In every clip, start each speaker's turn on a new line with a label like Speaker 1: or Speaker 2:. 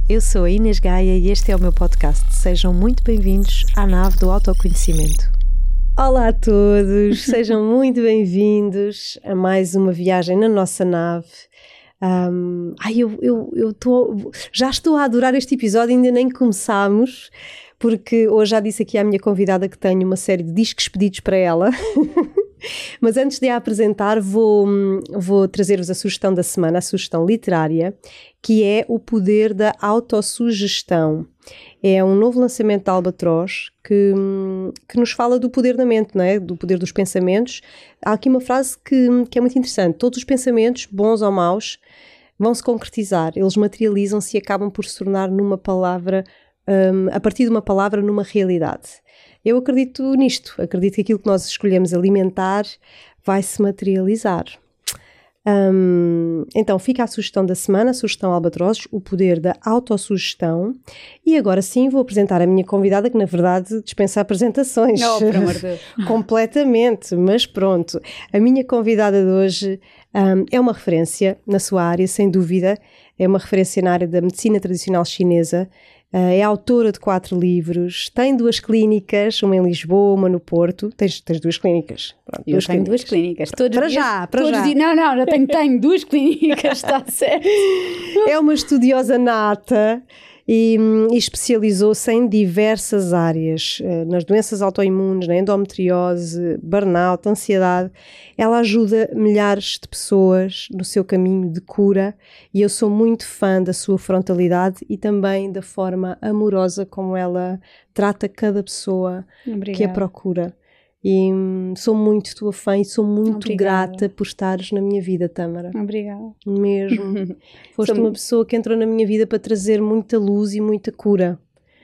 Speaker 1: eu sou a Inês Gaia e este é o meu podcast. Sejam muito bem-vindos à nave do autoconhecimento. Olá a todos, sejam muito bem-vindos a mais uma viagem na nossa nave. Já estou a adorar este episódio, ainda nem começámos, porque hoje já disse aqui à minha convidada que tenho uma série de discos pedidos para ela. Mas antes de a apresentar, vou trazer-vos a sugestão da semana, a sugestão literária, que é O Poder da Autossugestão. É um novo lançamento da Albatroz que nos fala do poder da mente, não é? Do poder dos pensamentos. Há aqui uma frase que é muito interessante. Todos os pensamentos, bons ou maus, vão se concretizar. Eles materializam-se e acabam por se tornar numa palavra, a partir de uma palavra, numa realidade. Eu acredito nisto, acredito que aquilo que nós escolhemos alimentar vai se materializar. Então fica a sugestão da semana, a sugestão Albatroz, O Poder da Autossugestão. E agora sim vou apresentar a minha convidada, que na verdade dispensa apresentações.
Speaker 2: Não, por amor de Deus.
Speaker 1: Completamente, mas pronto. A minha convidada de hoje é uma referência na sua área, sem dúvida. É uma referência na área da medicina tradicional chinesa. É autora de 4 livros, tem 2 clínicas, uma em Lisboa, uma no Porto. Tens 2 clínicas? Pronto,
Speaker 2: eu tenho 2 clínicas.
Speaker 1: Para já.
Speaker 2: Não, já tenho 2 clínicas, está certo.
Speaker 1: É uma estudiosa nata e especializou-se em diversas áreas, nas doenças autoimunes, na endometriose, burnout, ansiedade. Ela ajuda milhares de pessoas no seu caminho de cura e eu sou muito fã da sua frontalidade e também da forma amorosa como ela trata cada pessoa que a procura. E sou muito tua fã e sou muito grata por estares na minha vida, Tâmara.
Speaker 2: Obrigada.
Speaker 1: Mesmo. Foste uma pessoa que entrou na minha vida para trazer muita luz e muita cura.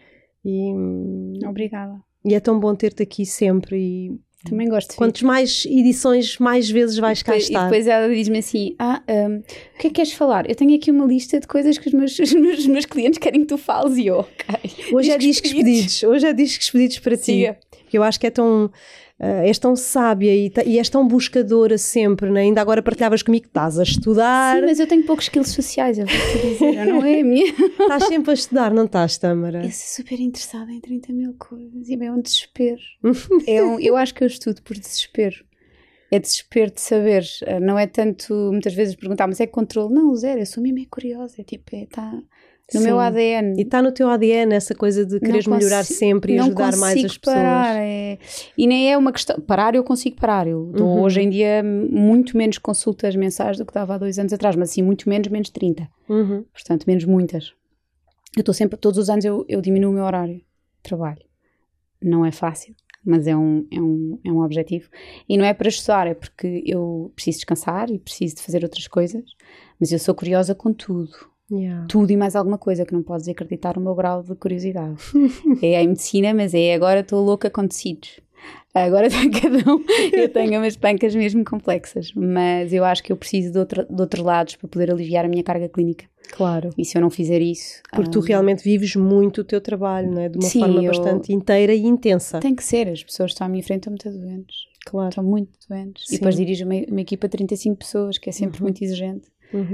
Speaker 2: Obrigada.
Speaker 1: E é tão bom ter-te aqui sempre. E
Speaker 2: também gosto de
Speaker 1: quantas mais edições, mais vezes vais cá estar.
Speaker 2: E depois ela diz-me assim, o que é que queres falar? Eu tenho aqui uma lista de coisas que os meus clientes querem que tu fales e eu, ok.
Speaker 1: Hoje é discos pedidos. Hoje é discos pedidos para ti. Porque eu acho que és tão sábia e és tão buscadora sempre, né? Ainda agora partilhavas comigo que estás a estudar.
Speaker 2: Sim, mas eu tenho poucos skills sociais, eu vou-te dizer, não é a minha.
Speaker 1: Estás sempre a estudar, não estás, Tâmara?
Speaker 2: Eu sou super interessada em 30 mil coisas e é um desespero. Eu acho que eu estudo por desespero. É desespero de saber, não é tanto, muitas vezes perguntar, mas é controle? Não, zero, eu sou mesmo curiosa, está no meu ADN.
Speaker 1: E está no teu ADN essa coisa de quereres melhorar sempre e ajudar mais as pessoas.
Speaker 2: Parar, e nem é uma questão, parar eu consigo parar, eu dou hoje em dia muito menos consultas mensais do que dava há 2 anos atrás, mas assim, muito menos 30, portanto, menos muitas. Eu estou sempre, todos os anos eu diminuo o meu horário de trabalho. Não é fácil, mas é um objetivo. E não é para estudar, é porque eu preciso descansar e preciso de fazer outras coisas, mas eu sou curiosa com tudo. Tudo e mais alguma coisa, que não podes acreditar o meu grau de curiosidade. É em medicina, mas agora estou louca com tecidos. Agora eu tenho umas pancas mesmo complexas, mas eu acho que eu preciso de outros lados para poder aliviar a minha carga clínica.
Speaker 1: Claro.
Speaker 2: E se eu não fizer isso...
Speaker 1: Porque tu realmente vives muito o teu trabalho, não é? De uma forma bastante inteira e intensa.
Speaker 2: Tem que ser, as pessoas que estão à minha frente estão muito doentes.
Speaker 1: Claro.
Speaker 2: Estão muito doentes.
Speaker 1: Sim.
Speaker 2: E depois dirijo uma equipa de 35 pessoas, que é sempre muito exigente.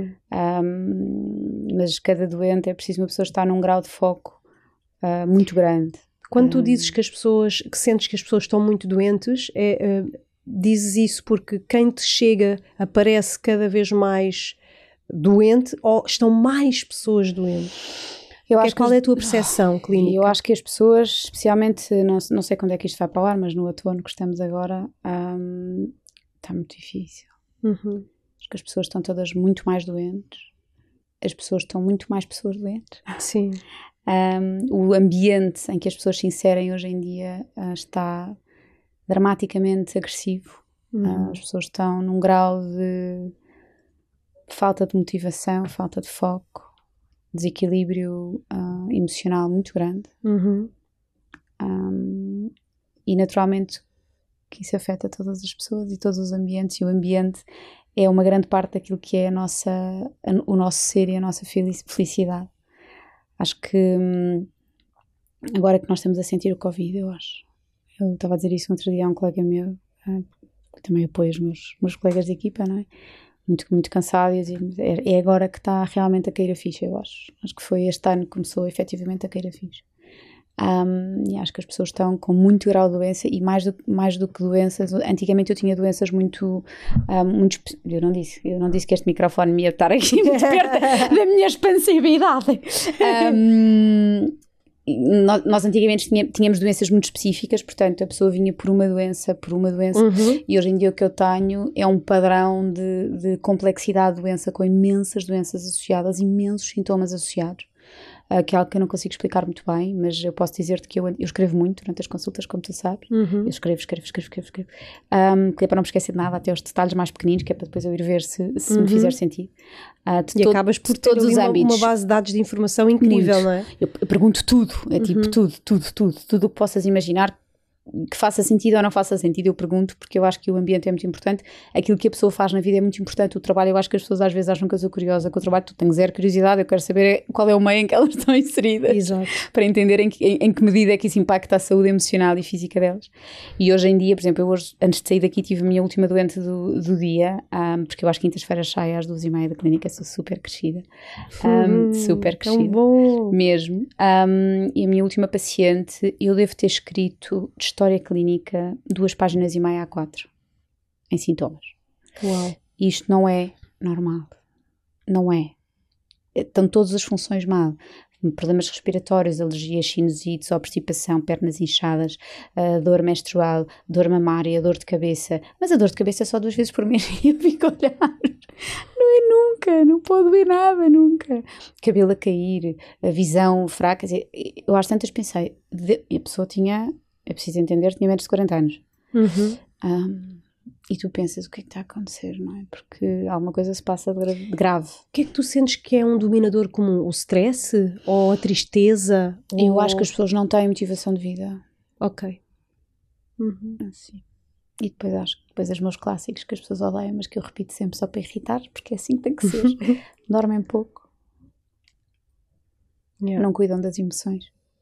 Speaker 2: Mas cada doente é preciso uma pessoa estar num grau de foco muito grande.
Speaker 1: Quando tu dizes que sentes que as pessoas estão muito doentes, dizes isso porque quem te chega aparece cada vez mais doente ou estão mais pessoas doentes? Qual é a tua percepção clínica?
Speaker 2: Eu acho que as pessoas, especialmente, não sei quando é que isto vai para o ar, mas no outono que estamos agora, está muito difícil. Acho que as pessoas estão todas muito mais doentes. As pessoas estão muito mais pessoas doentes.
Speaker 1: Sim.
Speaker 2: O ambiente em que as pessoas se inserem hoje em dia está dramaticamente agressivo. As pessoas estão num grau de falta de motivação, falta de foco, desequilíbrio emocional muito grande. E naturalmente que isso afeta todas as pessoas e todos os ambientes, e o ambiente é uma grande parte daquilo que é o nosso ser e a nossa felicidade. Acho que agora que nós estamos a sentir o Covid, eu estava a dizer isso no outro dia a um colega meu, que também apoia os meus colegas de equipa, não é? muito, muito cansada e dizer, é agora que está realmente a cair a ficha, eu acho. Acho que foi este ano que começou efetivamente a cair a ficha. E acho que as pessoas estão com muito grau de doença e mais do que doenças. Antigamente eu tinha doenças muito eu não disse que este microfone me ia estar aqui muito perto da minha expansividade. Nós antigamente tínhamos doenças muito específicas, portanto a pessoa vinha por uma doença e hoje em dia o que eu tenho é um padrão de complexidade de doença com imensas doenças associadas, imensos sintomas associados. Que é algo que eu não consigo explicar muito bem, mas eu posso dizer-te que eu escrevo muito durante as consultas, como tu sabes. Eu escrevo. Que é para não me esquecer de nada, até os detalhes mais pequeninos, que é para depois eu ir ver se me fizer sentido.
Speaker 1: E acabas por ter todos os âmbitos. Uma base de dados de informação incrível, muito. Não é?
Speaker 2: Eu pergunto tudo, tipo tudo o que possas imaginar, que faça sentido ou não faça sentido, eu pergunto, porque eu acho que o ambiente é muito importante, aquilo que a pessoa faz na vida é muito importante, o trabalho, eu acho que as pessoas às vezes acham que eu sou curiosa com o trabalho, tu tens zero curiosidade, eu quero saber qual é o meio em que elas estão inseridas.
Speaker 1: Exato.
Speaker 2: Para entender em que medida é que isso impacta a saúde emocional e física delas. E hoje em dia, por exemplo, eu hoje, antes de sair daqui, tive a minha última doente do dia, porque eu às quintas-feiras saio às 2h30 da clínica, sou super crescida, super crescida,
Speaker 1: tão bom.
Speaker 2: Mesmo, e a minha última paciente, eu devo ter escrito de história clínica 2,5 páginas A4 em sintomas.
Speaker 1: Uau.
Speaker 2: Isto não é normal, não é. Estão todas as funções mal. Problemas respiratórios, alergias, sinusites, obstipação, pernas inchadas, dor menstrual, dor mamária, dor de cabeça. Mas a dor de cabeça é só 2 vezes por mês e eu fico a olhar. Não é nunca, não pode doer nada, nunca. Cabelo a cair, a visão fraca. Eu às tantas pensei, a pessoa tinha, é preciso entender, tinha menos de 40 anos. E tu pensas, o que é que está a acontecer, não é? Porque alguma coisa se passa de grave.
Speaker 1: O que é que tu sentes que é um dominador comum? O stress? Ou a tristeza?
Speaker 2: Eu acho que as pessoas não têm motivação de vida.
Speaker 1: Ok.
Speaker 2: Assim. E depois acho que depois os meus clássicos que as pessoas odeiam, mas que eu repito sempre só para irritar, porque é assim que tem que ser. Dormem pouco.
Speaker 1: Yeah.
Speaker 2: Não cuidam das emoções.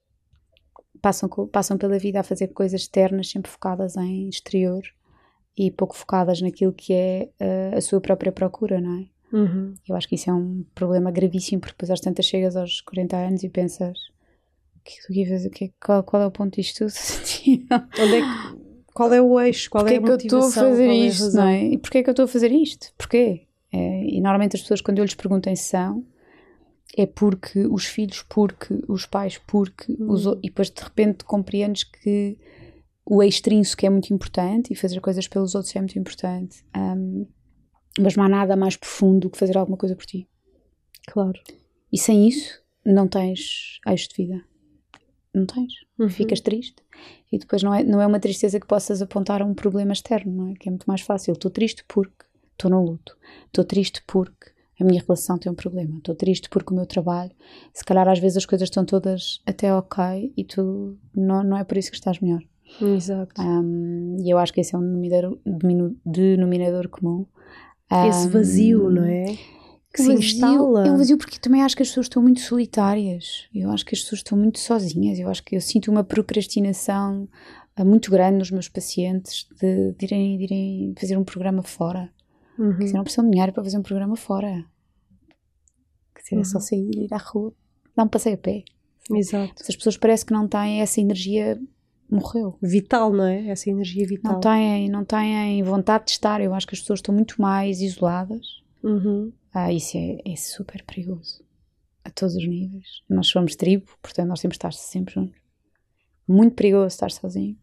Speaker 2: Passam pela vida a fazer coisas externas, sempre focadas em exterior. E pouco focadas naquilo que é a sua própria procura, não é? Eu acho que isso é um problema gravíssimo, porque depois às tantas chegas aos 40 anos e pensas, o que é que tu queres fazer? Qual é o ponto disto tudo?
Speaker 1: Qual é o eixo? Qual é a motivação?
Speaker 2: Porquê que eu estou a fazer isto, não é? E porquê que eu estou a fazer isto? Porquê? E normalmente as pessoas, quando eu lhes pergunto em sessão, é porque os filhos, porque os pais, porque e depois de repente compreendes que o extrínseco é muito importante e fazer coisas pelos outros é muito importante, mas não há nada mais profundo que fazer alguma coisa por ti.
Speaker 1: Claro.
Speaker 2: E sem isso não tens eixo de vida. Não tens. Ficas triste. E depois não é uma tristeza que possas apontar a um problema externo, não é? Que é muito mais fácil. Estou triste porque estou no luto. Estou triste porque a minha relação tem um problema. Estou triste porque o meu trabalho, se calhar às vezes as coisas estão todas até ok e tu não é por isso que estás melhor.
Speaker 1: Exato.
Speaker 2: E eu acho que esse é um denominador comum.
Speaker 1: Esse vazio, não é? Que se instala.
Speaker 2: É um vazio porque também acho que as pessoas estão muito solitárias. Eu acho que as pessoas estão muito sozinhas. Eu acho que eu sinto uma procrastinação muito grande nos meus pacientes de irem fazer um programa fora. Quer dizer, não precisam de dinheiro para fazer um programa fora. Quer dizer, é só sair, ir à rua, dar um passeio a pé.
Speaker 1: Exato.
Speaker 2: Se as pessoas parecem que não têm essa energia, morreu.
Speaker 1: Vital, não é? Essa energia vital.
Speaker 2: Não têm vontade de estar. Eu acho que as pessoas estão muito mais isoladas. Isso é super perigoso. A todos os níveis. Nós somos tribo, portanto nós temos de estar sempre juntos. Muito perigoso estar sozinho.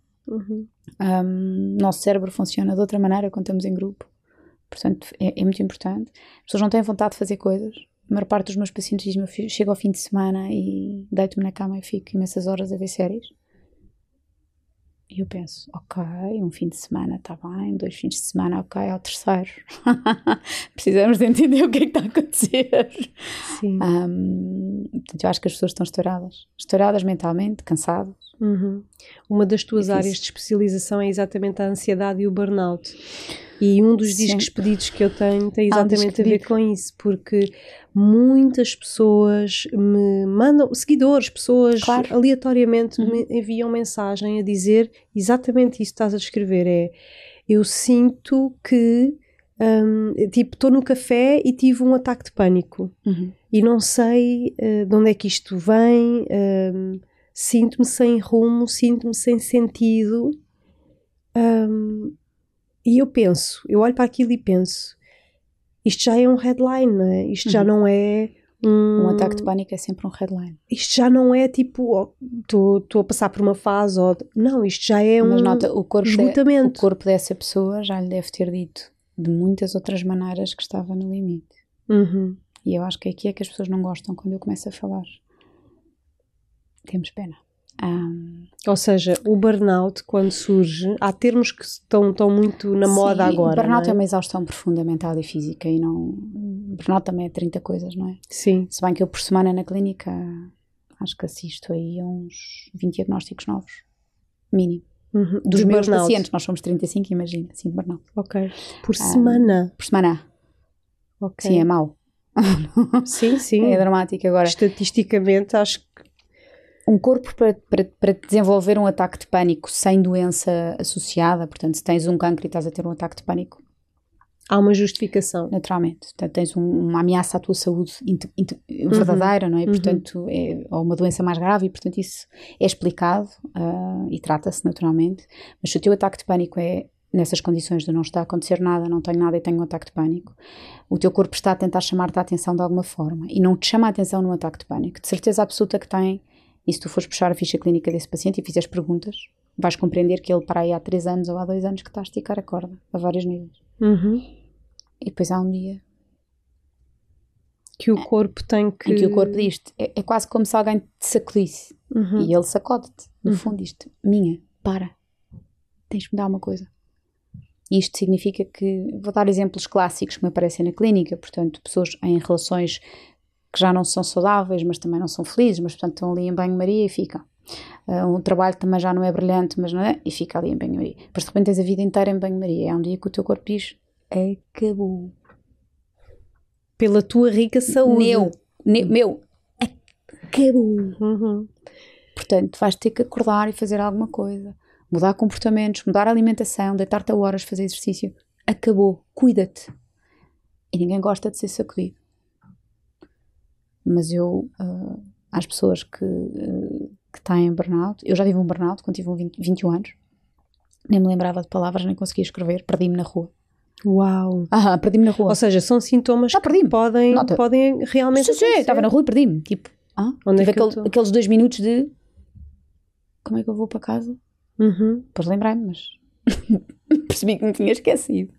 Speaker 2: Nosso cérebro funciona de outra maneira quando estamos em grupo. Portanto, é muito importante. As pessoas não têm vontade de fazer coisas. A maior parte dos meus pacientes diz-me, chego ao fim de semana e deito-me na cama e fico imensas horas a ver séries. E eu penso, ok, um fim de semana está bem, 2 fins de semana, ok, ao terceiro. Precisamos de entender o que é que está a acontecer.
Speaker 1: Sim.
Speaker 2: Eu acho que as pessoas estão estouradas mentalmente, cansadas.
Speaker 1: Uma das tuas áreas de especialização é exatamente a ansiedade e o burnout. E um dos discos pedidos que eu tenho tem exatamente a ver com isso, porque muitas pessoas me mandam, seguidores, pessoas aleatoriamente me enviam mensagem a dizer exatamente isso que estás a descrever, eu sinto que tipo, estou no café e tive um ataque de pânico e não sei de onde é que isto vem, sinto-me sem rumo, sinto-me sem sentido, e eu olho para aquilo e penso, isto já é um headline, não é? Isto já não é
Speaker 2: um ataque de pânico é sempre um headline.
Speaker 1: Isto já não é tipo, estou a passar por uma fase, não, isto já é
Speaker 2: mas nota, o
Speaker 1: esgotamento.
Speaker 2: O corpo dessa pessoa já lhe deve ter dito de muitas outras maneiras que estava no limite. E eu acho que aqui é que as pessoas não gostam quando eu começo a falar. Temos pena.
Speaker 1: Ou seja, o burnout, quando surge, há termos que estão muito na moda agora.
Speaker 2: O burnout
Speaker 1: é
Speaker 2: uma exaustão profunda mental e física e não. O burnout também é 30 coisas, não é?
Speaker 1: Sim.
Speaker 2: Se bem que eu por semana na clínica acho que assisto aí a uns 20 diagnósticos novos, mínimo. Dos
Speaker 1: de
Speaker 2: meus
Speaker 1: burnout.
Speaker 2: pacientes, nós somos 35, imagina, assim, de burnout.
Speaker 1: Ok. Por semana?
Speaker 2: Por semana.
Speaker 1: Ok.
Speaker 2: Sim, é mau.
Speaker 1: Sim.
Speaker 2: É dramático agora.
Speaker 1: Estatisticamente, acho que
Speaker 2: um corpo para desenvolver um ataque de pânico sem doença associada, portanto, se tens um cancro e estás a ter um ataque de pânico,
Speaker 1: há uma justificação.
Speaker 2: Naturalmente. Portanto, tens uma ameaça à tua saúde verdadeira, não é? Portanto, ou uma doença mais grave e, portanto, isso é explicado e trata-se naturalmente. Mas se o teu ataque de pânico é nessas condições de não está a acontecer nada, não tenho nada e tenho um ataque de pânico, o teu corpo está a tentar chamar-te a atenção de alguma forma e não te chama a atenção num ataque de pânico. De certeza absoluta que tem. E se tu fores puxar a ficha clínica desse paciente e fizeres perguntas, vais compreender que ele para aí há 3 anos ou há 2 anos que está a esticar a corda, a vários níveis. E depois há um dia
Speaker 1: que o corpo tem que...
Speaker 2: em que o corpo diz-te, é quase como se alguém te sacudisse. E ele sacode-te, no fundo diz-te, minha, para, tens de me dar uma coisa. E isto significa que, vou dar exemplos clássicos que me aparecem na clínica, portanto, pessoas em relações que já não são saudáveis, mas também não são felizes, mas portanto estão ali em banho-maria e ficam. Um trabalho também já não é brilhante, mas não é, e fica ali em banho-maria. Depois de repente tens a vida inteira em banho-maria. É um dia que o teu corpo diz, acabou.
Speaker 1: Pela tua rica saúde.
Speaker 2: Meu, acabou. Portanto, vais ter que acordar e fazer alguma coisa. Mudar comportamentos, mudar a alimentação, deitar-te a horas, fazer exercício. Acabou. Cuida-te. E ninguém gosta de ser sacudido. Mas eu, às pessoas que têm burnout, eu já tive um burnout quando tive 21 anos, nem me lembrava de palavras, nem conseguia escrever, perdi-me na rua.
Speaker 1: Uau!
Speaker 2: Perdi-me na rua.
Speaker 1: Ou seja, são sintomas que podem realmente acontecer.
Speaker 2: Sim, estava na rua e perdi-me. Tipo,
Speaker 1: onde
Speaker 2: tive aqueles 2 minutos de como é que eu vou para casa? Depois lembrei-me, mas percebi que me tinha esquecido.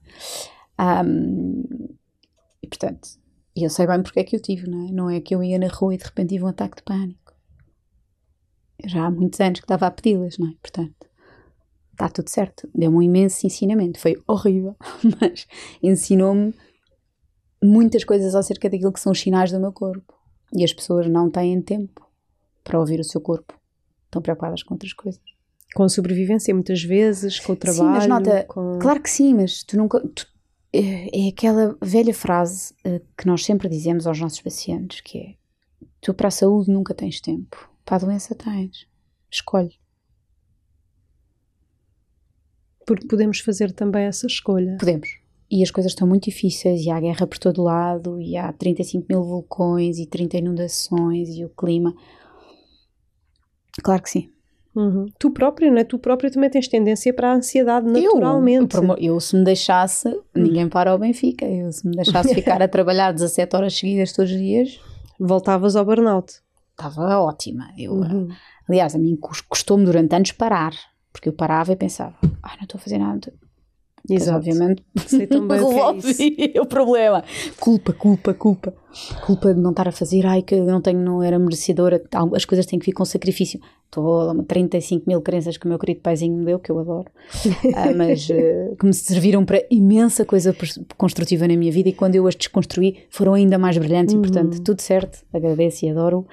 Speaker 2: E portanto, eu sei bem porque é que eu tive, não é? Não é que eu ia na rua e de repente tive um ataque de pânico. Já há muitos anos que estava a pedi-las, não é? Portanto, está tudo certo. Deu-me um imenso ensinamento. Foi horrível, mas ensinou-me muitas coisas acerca daquilo que são os sinais do meu corpo. E as pessoas não têm tempo para ouvir o seu corpo. Estão preocupadas com outras coisas.
Speaker 1: Com a sobrevivência, muitas vezes, com o trabalho. Sim,
Speaker 2: mas nota, claro que sim, mas tu nunca... É aquela velha frase que nós sempre dizemos aos nossos pacientes, que é, tu para a saúde nunca tens tempo, para a doença tens, escolhe.
Speaker 1: Porque podemos fazer também essa escolha.
Speaker 2: Podemos. E as coisas estão muito difíceis, e há guerra por todo lado, e há 35 mil vulcões, e 30 inundações, e o clima. Claro que sim.
Speaker 1: Tu próprio, não é? Tu próprio também tens tendência para a ansiedade naturalmente.
Speaker 2: Eu se me deixasse, ninguém para ao Benfica, eu se me deixasse ficar a trabalhar 17 horas seguidas todos os dias,
Speaker 1: voltavas ao burnout.
Speaker 2: Estava ótima. Aliás, a mim custou-me durante anos parar, porque eu parava e pensava, não estou a fazer nada.
Speaker 1: Exato.
Speaker 2: Mas, obviamente,
Speaker 1: sei também
Speaker 2: o problema. Culpa de não estar a fazer, que eu não era merecedora, as coisas têm que vir com sacrifício. Estou a 35 mil crenças que o meu querido paizinho me deu, que eu adoro, mas que me serviram para imensa coisa construtiva na minha vida, e quando eu as desconstruí foram ainda mais brilhantes. E portanto, tudo certo, agradeço e adoro.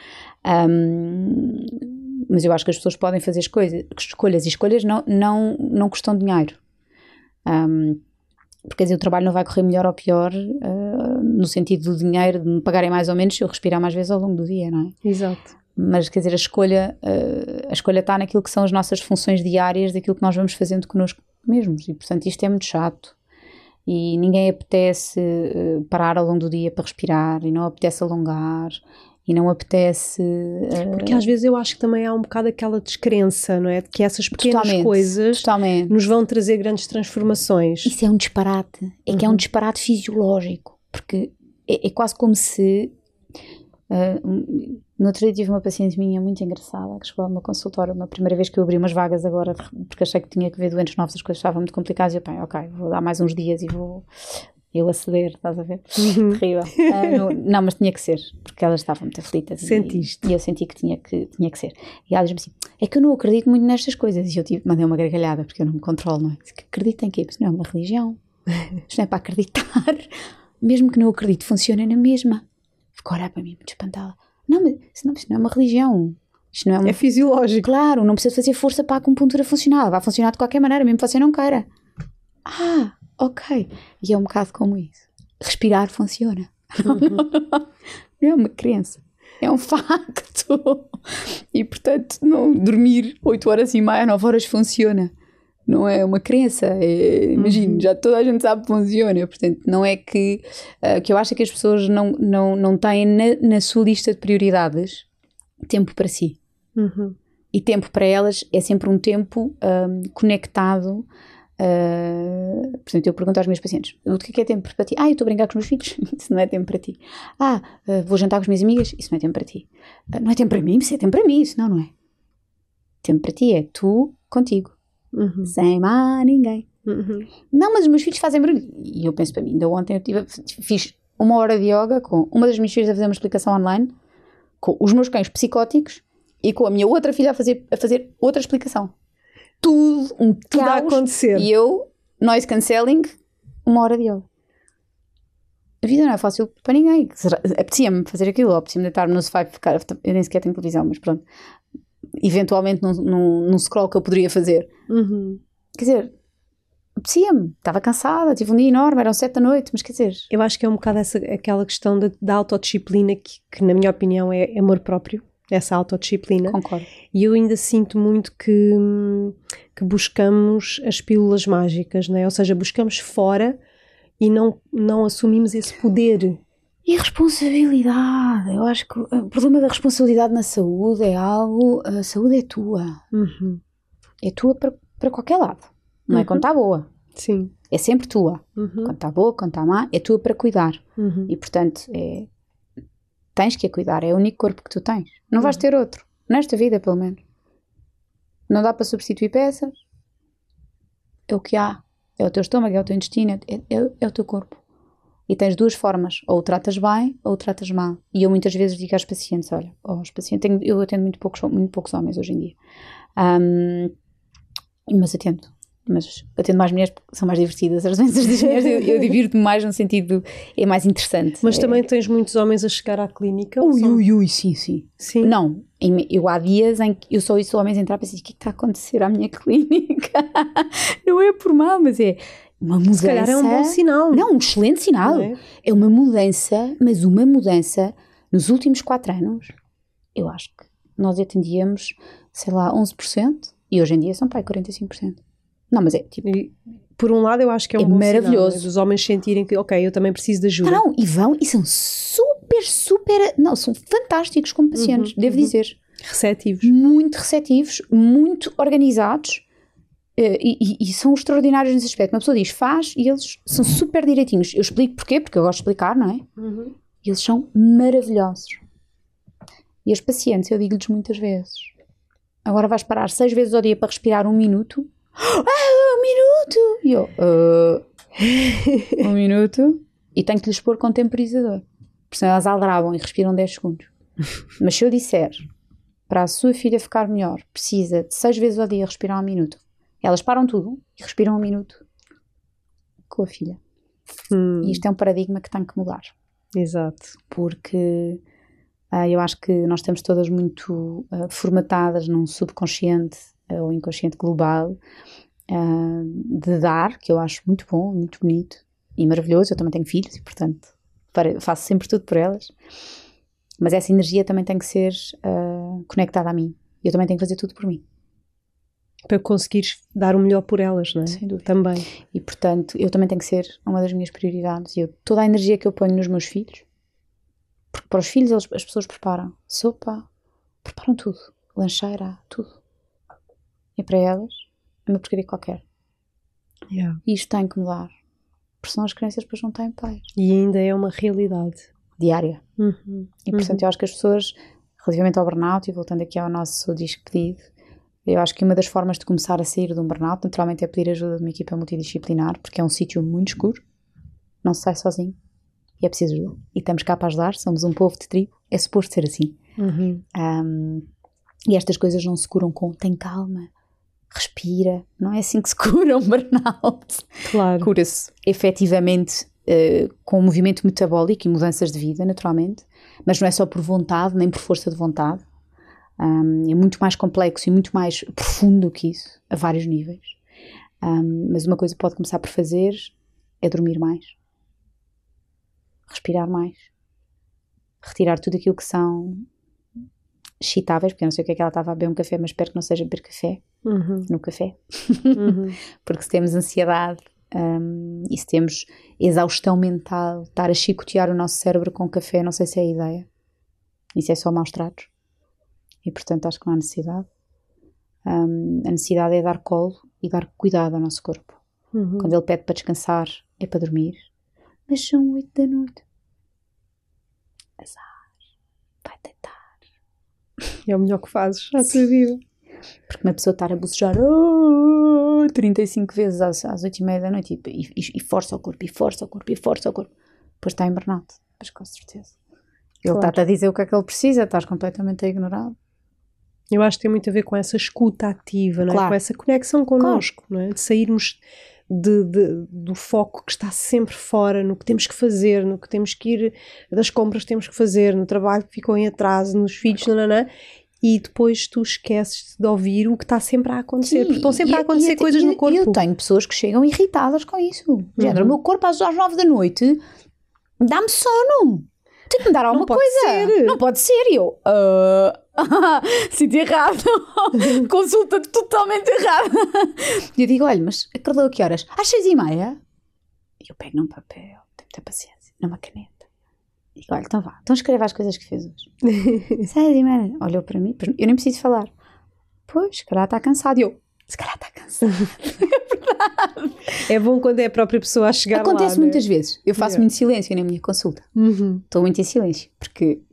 Speaker 2: Mas eu acho que as pessoas podem fazer escolhas, e escolhas não custam dinheiro. Porque quer dizer, o trabalho não vai correr melhor ou pior no sentido do dinheiro, de me pagarem mais ou menos se eu respirar mais vezes ao longo do dia, não é?
Speaker 1: Exato.
Speaker 2: Mas quer dizer, a escolha está naquilo que são as nossas funções diárias, daquilo que nós vamos fazendo connosco mesmos, e portanto isto é muito chato. e ninguém apetece parar ao longo do dia para respirar, e não apetece alongar, e não apetece...
Speaker 1: Porque às vezes eu acho que também há um bocado aquela descrença, não é? De que essas pequenas coisas nos vão trazer grandes transformações.
Speaker 2: Isso é um disparate. É que é um disparate fisiológico. Porque é quase como se... no outro dia tive uma paciente minha muito engraçada que chegou ao meu consultório, uma primeira vez que eu abri umas vagas agora, porque achei que tinha que ver doentes novos, as coisas estavam muito complicadas, e eu, ok, vou dar mais uns dias e vou... eu aceder, estás a ver? Terrível. Não, mas tinha que ser, porque elas estavam muito aflitas.
Speaker 1: Sentiste?
Speaker 2: E eu senti que tinha que ser. E ela diz-me assim, é que eu não acredito muito nestas coisas. E eu mandei uma gargalhada, porque eu não me controlo, não é? Disse que acredito em quê? Isso não é uma religião. Isto não é para acreditar. Mesmo que não acredite, funciona na mesma. Ficou a olhar para mim, muito espantada. Não, mas isto não é uma religião. Isto não é,
Speaker 1: é fisiológico.
Speaker 2: Claro, não precisa fazer força para a acupuntura funcionar. Vai funcionar de qualquer maneira, mesmo que você não queira. Ok. E é um bocado como isso. Respirar funciona. Não é uma crença. É um facto. E, portanto, não dormir 8 horas e meia, 9 horas funciona. Não é uma crença. Imagino, já toda a gente sabe que funciona. Portanto, não é que eu acho que as pessoas não têm na sua lista de prioridades tempo para si. E tempo para elas é sempre um tempo conectado. Portanto, eu pergunto aos meus pacientes, o que é tempo para ti? Eu estou a brincar com os meus filhos, isso não é tempo para ti. Vou jantar com as minhas amigas, isso não é tempo para ti. Não é tempo para mim, isso é tempo para mim, isso não é. Tempo para ti é tu contigo, sem mais ninguém. Não, mas os meus filhos fazem barulho. E eu penso para mim, ainda ontem fiz 1 hora de yoga com uma das minhas filhas a fazer uma explicação online, com os meus cães psicóticos e com a minha outra filha a fazer outra explicação. Tudo caos,
Speaker 1: a acontecer.
Speaker 2: E eu, noise cancelling, 1 hora de yoga. A vida não é fácil para ninguém. Apetecia-me fazer aquilo, apetecia-me deitar-me no sofá e ficar. Eu nem sequer tenho televisão, mas pronto. Eventualmente num scroll que eu poderia fazer. Quer dizer, apetecia-me. Estava cansada, tive um dia enorme, eram 7 da noite, mas quer dizer...
Speaker 1: Eu acho que é um bocado aquela questão da autodisciplina que, na minha opinião, é amor próprio. Essa autodisciplina.
Speaker 2: Concordo.
Speaker 1: E eu ainda sinto muito que buscamos as pílulas mágicas, não é? Ou seja, buscamos fora e não assumimos esse poder.
Speaker 2: E responsabilidade. Eu acho que o problema da responsabilidade na saúde é algo... A saúde é tua. É tua para qualquer lado. Não é quando está boa.
Speaker 1: Sim.
Speaker 2: É sempre tua. Quando está boa, quando está má, é tua para cuidar. E, portanto, tens que a cuidar. É o único corpo que tu tens. Não vais ter outro. Nesta vida, pelo menos. Não dá para substituir peças. É o que há. É o teu estômago, é o teu intestino, é o teu corpo. E tens 2 formas. Ou o tratas bem, ou o tratas mal. E eu muitas vezes digo aos pacientes, olha, eu atendo muito poucos homens hoje em dia. Mas atendo mais mulheres porque são mais divertidas. As doenças das mulheres eu divirto-me mais no sentido, é mais interessante.
Speaker 1: Mas também tens muitos homens a chegar à clínica?
Speaker 2: Sim. Não, eu há dias em que eu só ouço homens entrar e pensei, o que é que está a acontecer à minha clínica? Não é por mal, mas é uma mudança.
Speaker 1: Se calhar é um bom sinal.
Speaker 2: Não, um excelente sinal. É uma mudança, mas uma mudança nos últimos 4 anos. Eu acho que nós atendíamos, sei lá, 11% e hoje em dia são 45%. Não, mas é tipo...
Speaker 1: Por um lado eu acho que é um bom
Speaker 2: maravilhoso.
Speaker 1: Sinal, dos homens sentirem que, ok, eu também preciso de ajuda.
Speaker 2: Não, e são super, não, são fantásticos como pacientes, devo dizer.
Speaker 1: Receptivos.
Speaker 2: Muito receptivos, muito organizados e são extraordinários nesse aspecto. Uma pessoa diz, faz, e eles são super direitinhos. Eu explico porquê, porque eu gosto de explicar, não é? E eles são maravilhosos. E os pacientes, eu digo-lhes muitas vezes, agora vais parar 6 vezes ao dia para respirar 1 minuto. 1 minuto! E eu, 1 minuto. E tenho que lhes pôr com temporizador. Porque senão elas aldrabam e respiram 10 segundos. Mas se eu disser, para a sua filha ficar melhor, precisa de 6 vezes ao dia respirar 1 minuto. Elas param tudo e respiram 1 minuto com a filha. E isto é um paradigma que tem que mudar.
Speaker 1: Exato.
Speaker 2: Porque eu acho que nós estamos todas muito formatadas num subconsciente ou inconsciente global de dar, que eu acho muito bom, muito bonito e maravilhoso. Eu também tenho filhos e, portanto, faço sempre tudo por elas. Mas essa energia também tem que ser conectada a mim. Eu também tenho que fazer tudo por mim.
Speaker 1: Para conseguires dar o melhor por elas, não é?
Speaker 2: Sem dúvida.
Speaker 1: Também.
Speaker 2: E, portanto, eu também tenho que ser uma das minhas prioridades. Toda a energia que eu ponho nos meus filhos, porque para os filhos as pessoas preparam sopa, preparam tudo. Lancheira, tudo. E para elas, é uma porcaria qualquer.
Speaker 1: Yeah.
Speaker 2: E isto tem que mudar. Porque senão as crianças depois não têm pais.
Speaker 1: E ainda é uma realidade.
Speaker 2: Diária.
Speaker 1: Uhum.
Speaker 2: E, portanto, eu acho que as pessoas, relativamente ao burnout, e voltando aqui ao nosso disco pedido, eu acho que uma das formas de começar a sair de um burnout, naturalmente, é pedir ajuda de uma equipa multidisciplinar, porque é um sítio muito escuro, não se sai sozinho, e é preciso ajuda. E estamos cá para ajudar, somos um povo de tribo, é suposto ser assim.
Speaker 1: Uhum.
Speaker 2: E estas coisas não se curam com tem calma, respira, não é assim que se cura um burnout.
Speaker 1: Claro.
Speaker 2: Cura-se efetivamente com um movimento metabólico e mudanças de vida, naturalmente, mas não é só por vontade, nem por força de vontade. É muito mais complexo e muito mais profundo que isso, a vários níveis. Mas uma coisa que pode começar por fazer é dormir mais, respirar mais, retirar tudo aquilo que são excitáveis, porque eu não sei o que é que ela estava a beber um café, mas espero que não seja beber café no café. Porque se temos ansiedade e se temos exaustão mental, estar a chicotear o nosso cérebro com café, não sei se é a ideia. Isso é só maus tratos. E, portanto, acho que não há necessidade. A necessidade é dar colo e dar cuidado ao nosso corpo. Quando ele pede para descansar, é para dormir. Mas são 8 da noite. Azar. Vai deitar.
Speaker 1: É o melhor que fazes à tua vida.
Speaker 2: Porque uma pessoa estar a bocejar 35 vezes às 8h30 da noite e força o corpo, e força o corpo, e força o corpo. Depois está em burnout. Mas com certeza. Ele está-te a dizer o que é que ele precisa, estás completamente a ignorá-lo.
Speaker 1: Eu acho que tem muito a ver com essa escuta ativa, não é?
Speaker 2: Claro.
Speaker 1: Com essa conexão connosco, não é? De sairmos do foco que está sempre fora, no que temos que fazer, no que temos que ir, das compras que temos que fazer, no trabalho que ficou em atraso, nos filhos, e depois tu esqueces de ouvir o que está sempre a acontecer, porque estão sempre a acontecer coisas no corpo.
Speaker 2: Eu tenho pessoas que chegam irritadas com isso. Género, o meu corpo às 9 da noite dá-me sono. Tem que me dar alguma coisa.
Speaker 1: Ser.
Speaker 2: Não pode ser. E eu, sinto errado. Consulta-te totalmente errada. E eu digo, olha, mas acordou a que horas? Às 6h30. E eu pego num papel, tenho muita paciência, numa caneta. E digo, olha, então vá, então escreva as coisas que fez hoje. 6h30. Olhou para mim, eu nem preciso falar. Pois, se calhar está cansado. E eu, se calhar está cansado.
Speaker 1: É bom quando é a própria pessoa a chegar lá.
Speaker 2: Acontece muitas vezes. Eu faço muito silêncio na minha consulta. Estou muito em silêncio, porque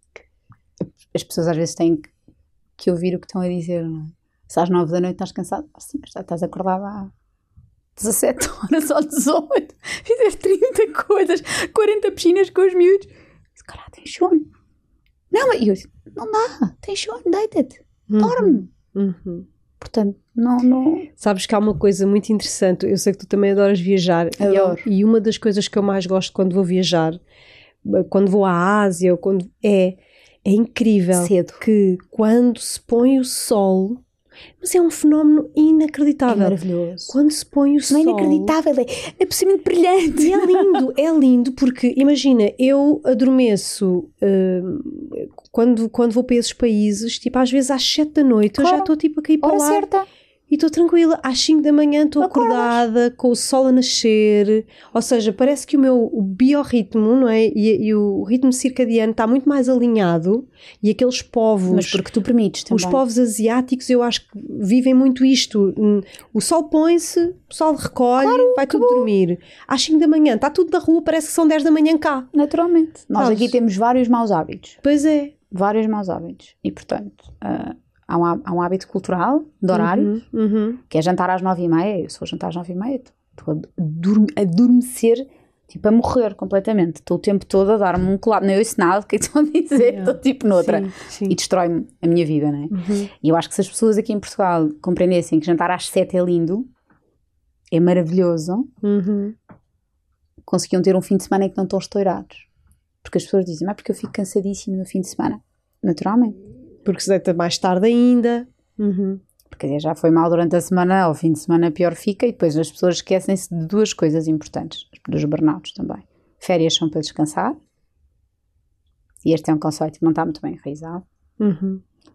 Speaker 2: as pessoas às vezes têm que ouvir o que estão a dizer, não é? Se às 9 da noite estás cansado, sim, mas já estás acordada há 17 horas ou 18, fizeste 30 coisas, 40 piscinas com os miúdos. Se calhar tens sono. Não, eu digo, não dá, tens sono, deita-te, dorme. Portanto, não...
Speaker 1: Sabes que há uma coisa muito interessante, eu sei que tu também adoras viajar.
Speaker 2: Adoro.
Speaker 1: E uma das coisas que eu mais gosto quando vou viajar, quando vou à Ásia, ou quando é incrível
Speaker 2: Cedo.
Speaker 1: Que quando se põe o sol, mas é um fenómeno inacreditável.
Speaker 2: É maravilhoso.
Speaker 1: Quando se põe o sol...
Speaker 2: Não é inacreditável, é absolutamente brilhante.
Speaker 1: E é lindo porque, imagina, eu adormeço quando vou para esses países, tipo às vezes às 7 da noite, claro. Eu já estou tipo a cair para
Speaker 2: hora
Speaker 1: lá.
Speaker 2: certa.
Speaker 1: E estou tranquila, às 5 da manhã estou acordada, com o sol a nascer, ou seja, parece que o biorritmo, não é? E o ritmo circadiano está muito mais alinhado, e aqueles povos...
Speaker 2: Mas porque tu permites também.
Speaker 1: Os povos asiáticos, eu acho que vivem muito isto. O sol põe-se, o sol recolhe, claro, vai tudo dormir. Às 5 da manhã, está tudo na rua, parece que são 10 da manhã cá.
Speaker 2: Naturalmente. Nós aqui temos vários maus hábitos.
Speaker 1: Pois é.
Speaker 2: Vários maus hábitos. E, portanto... Há um hábito cultural de horários, que é jantar às 9h30. Eu, se for jantar às 9h30, estou a adormecer, tipo a morrer completamente. Estou o tempo todo a dar-me um colado, nem ouço nada, o que é que estão a dizer? Estou tipo noutra.
Speaker 1: Sim.
Speaker 2: E destrói-me a minha vida, não é? E eu acho que se as pessoas aqui em Portugal compreendessem que jantar às 7 é lindo, é maravilhoso, conseguiam ter um fim de semana em que não estão estourados. Porque as pessoas dizem, mas porque eu fico cansadíssimo no fim de semana? Naturalmente.
Speaker 1: Porque se deita mais tarde ainda.
Speaker 2: Porque já foi mal durante a semana, ao fim de semana pior fica, e depois as pessoas esquecem-se de duas coisas importantes, dos burnouts também. Férias são para descansar, e este é um conceito que não está muito bem enraizado.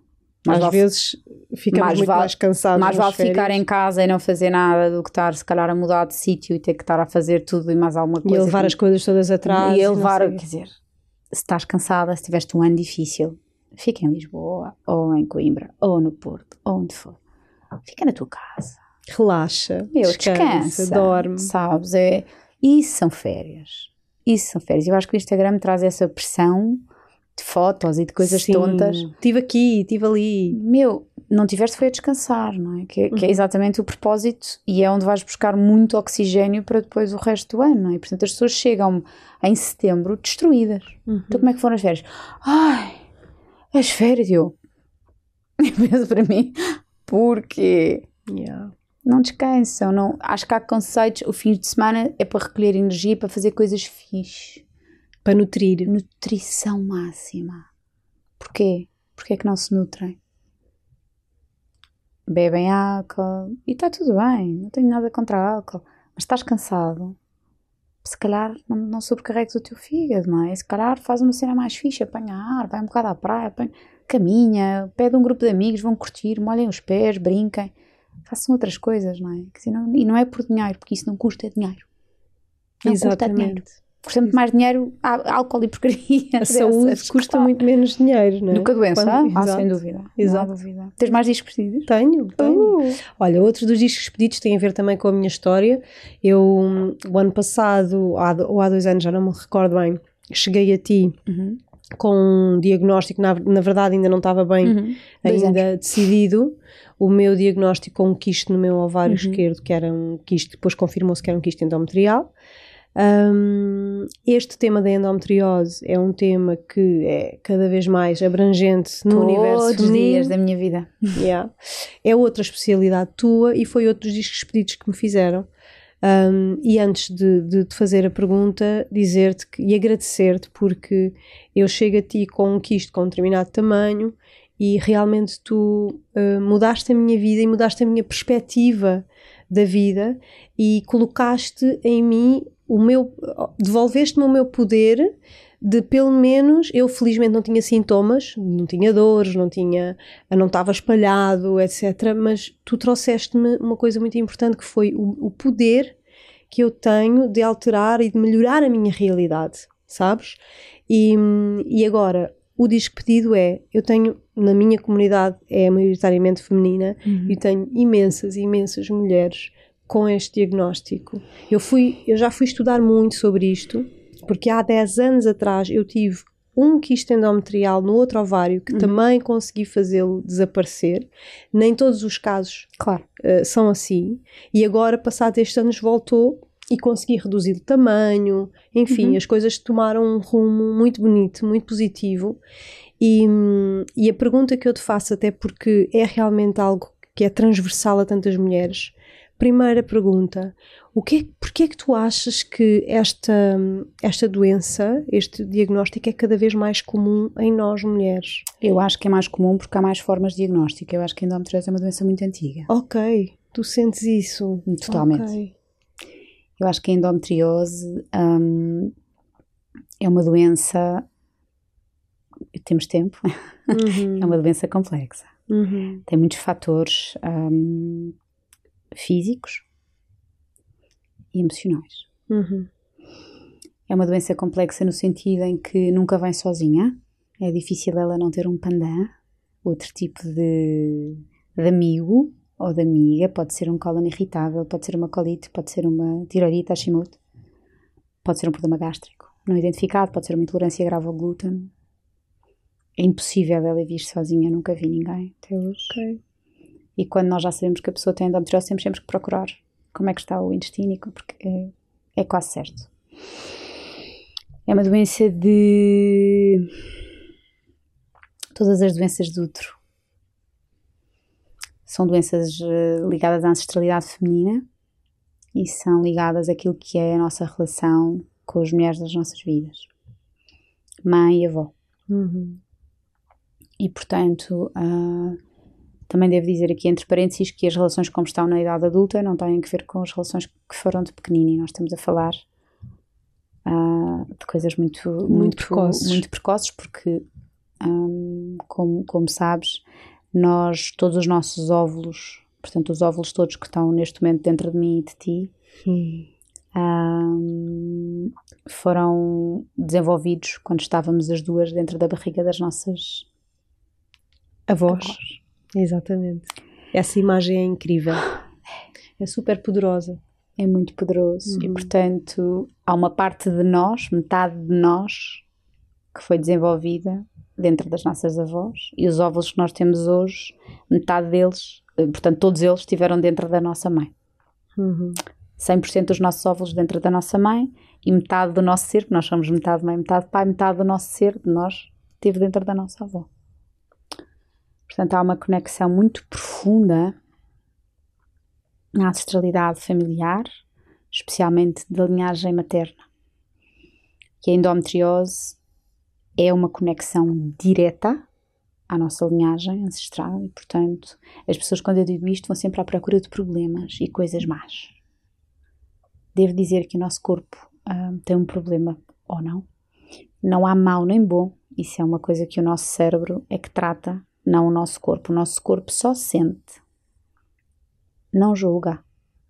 Speaker 1: Às vezes ficamos muito mais cansados.
Speaker 2: Mais vale ficar em casa e não fazer nada do que estar, se calhar, a mudar de sítio e ter que estar a fazer tudo e mais alguma coisa.
Speaker 1: E a levar as coisas todas atrás.
Speaker 2: E a levar, quer dizer, se estás cansada, se tiveste um ano difícil, fica em Lisboa, ou em Coimbra, ou no Porto, ou onde for. Fica na tua casa.
Speaker 1: Relaxa, descansa, dorme.
Speaker 2: Sabes? Isso são férias. Isso são férias. Eu acho que o Instagram traz essa pressão de fotos e de coisas tontas.
Speaker 1: Estive aqui, estive ali.
Speaker 2: Não tiveste foi a descansar, não é? Que é exatamente o propósito e é onde vais buscar muito oxigênio para depois o resto do ano, não é? E, portanto, as pessoas chegam em setembro destruídas. Então, como é que foram as férias? Ai, as férias, eu penso para mim, porquê? Não descansam, não. Acho que há conceitos, o fim de semana é para recolher energia, para fazer coisas fixe.
Speaker 1: Para nutrir.
Speaker 2: Nutrição máxima. Porquê? Porquê é que não se nutrem? Bebem álcool e está tudo bem, não tenho nada contra álcool, mas estás cansado, se calhar não sobrecarregues o teu fígado, não é? Se calhar faz uma cena mais fixe, apanha ar, vai um bocado à praia, caminha, pede um grupo de amigos, vão curtir, molhem os pés, brinquem, façam outras coisas, não é? E não é por dinheiro, porque isso não custa dinheiro. Não custa dinheiro. Custa muito mais dinheiro álcool e porcaria.
Speaker 1: A saúde custa muito menos dinheiro, não é?
Speaker 2: Do que a doença? Sem dúvida.
Speaker 1: Exato.
Speaker 2: Dúvida. Tens mais discos pedidos?
Speaker 1: Tenho. Olha, outro dos discos pedidos tem a ver também com a minha história. Eu, o ano passado, ou há 2 anos, já não me recordo bem, cheguei a ti com um diagnóstico, na verdade ainda não estava bem ainda decidido. O meu diagnóstico com um quisto no meu ovário esquerdo, que era um quisto, depois confirmou-se que era um quisto endometrial. Este tema da endometriose é um tema que é cada vez mais abrangente no universo feminino.
Speaker 2: Todos os dias da minha vida.
Speaker 1: É outra especialidade tua e foi outro dos discos pedidos que me fizeram. E antes de te fazer a pergunta, dizer-te e agradecer-te, porque eu chego a ti com um quisto com um determinado tamanho e realmente tu mudaste a minha vida e mudaste a minha perspectiva da vida e colocaste em mim devolveste-me o meu poder de, pelo menos, eu felizmente não tinha sintomas, não tinha dores, não estava espalhado, etc. Mas tu trouxeste-me uma coisa muito importante, que foi o poder que eu tenho de alterar e de melhorar a minha realidade, sabes? E agora, o disco pedido eu tenho, na minha comunidade, é maioritariamente feminina, e tenho imensas mulheres com este diagnóstico. Eu já fui estudar muito sobre isto, porque há 10 anos atrás eu tive um quisto endometrial no outro ovário que também consegui fazê-lo desaparecer. Nem todos os casos são assim. E agora, passados estes anos, voltou e consegui reduzir o tamanho. Enfim, as coisas tomaram um rumo muito bonito, muito positivo. E a pergunta que eu te faço, até porque é realmente algo que é transversal a tantas mulheres. Primeira pergunta, porquê é que tu achas que esta doença, este diagnóstico é cada vez mais comum em nós mulheres?
Speaker 2: Eu acho que é mais comum porque há mais formas de diagnóstico. Eu acho que a endometriose é uma doença muito antiga.
Speaker 1: Ok, tu sentes isso?
Speaker 2: Totalmente. Okay. Eu acho que a endometriose é uma doença, temos tempo, é uma doença complexa. Tem muitos fatores físicos e emocionais. É uma doença complexa no sentido em que nunca vem sozinha, é difícil ela não ter um pandan, outro tipo de amigo ou de amiga, pode ser um cólon irritável, pode ser uma colite, pode ser uma tiroidite, Hashimoto, pode ser um problema gástrico não identificado, pode ser uma intolerância grave ao glúten. É impossível ela vir sozinha, nunca vi ninguém até hoje.
Speaker 1: Okay.
Speaker 2: E quando nós já sabemos que a pessoa tem endometriose, temos sempre que procurar como é que está o intestino, porque é quase certo. É uma doença de... Todas as doenças do útero são doenças ligadas à ancestralidade feminina e são ligadas àquilo que é a nossa relação com as mulheres das nossas vidas. Mãe e avó. E, portanto... Também devo dizer aqui, entre parênteses, que as relações como estão na idade adulta não têm a ver com as relações que foram de pequenino, e nós estamos a falar de coisas muito precoces, porque, como sabes, todos os nossos óvulos, portanto os óvulos todos que estão neste momento dentro de mim e de ti, foram desenvolvidos quando estávamos as duas dentro da barriga das nossas avós.
Speaker 1: Exatamente. Essa imagem é incrível. É super poderosa.
Speaker 2: É muito poderoso. E, portanto, há uma parte de nós, metade de nós, que foi desenvolvida dentro das nossas avós. E os óvulos que nós temos hoje, metade deles, portanto, todos eles estiveram dentro da nossa mãe. 100% dos nossos óvulos dentro da nossa mãe e metade do nosso ser, que nós somos metade mãe, metade pai, metade do nosso ser, de nós, esteve dentro da nossa avó. Portanto, há uma conexão muito profunda na ancestralidade familiar, especialmente da linhagem materna. Que a endometriose é uma conexão direta à nossa linhagem ancestral e, portanto, as pessoas, quando eu digo isto, vão sempre à procura de problemas e coisas más. Devo dizer que o nosso corpo tem um problema ou não. Não há mau nem bom. Isso é uma coisa que o nosso cérebro é que trata, não o nosso corpo. O nosso corpo só sente, não julga.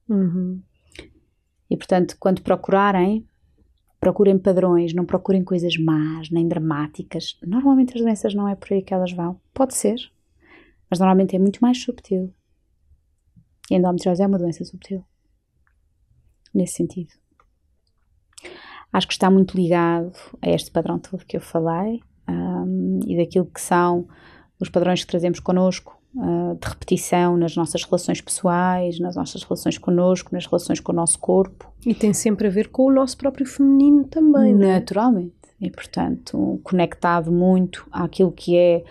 Speaker 2: E, portanto, quando procurem padrões, não procurem coisas más, nem dramáticas. Normalmente as doenças não é por aí que elas vão. Pode ser, mas normalmente é muito mais subtil. E a endometriose é uma doença subtil. Nesse sentido. Acho que está muito ligado a este padrão todo que eu falei e daquilo que são os padrões que trazemos connosco, de repetição nas nossas relações pessoais, nas nossas relações connosco, nas relações com o nosso corpo.
Speaker 1: E tem sempre a ver com o nosso próprio feminino também, não é?
Speaker 2: Naturalmente. E, portanto, conectado muito àquilo que é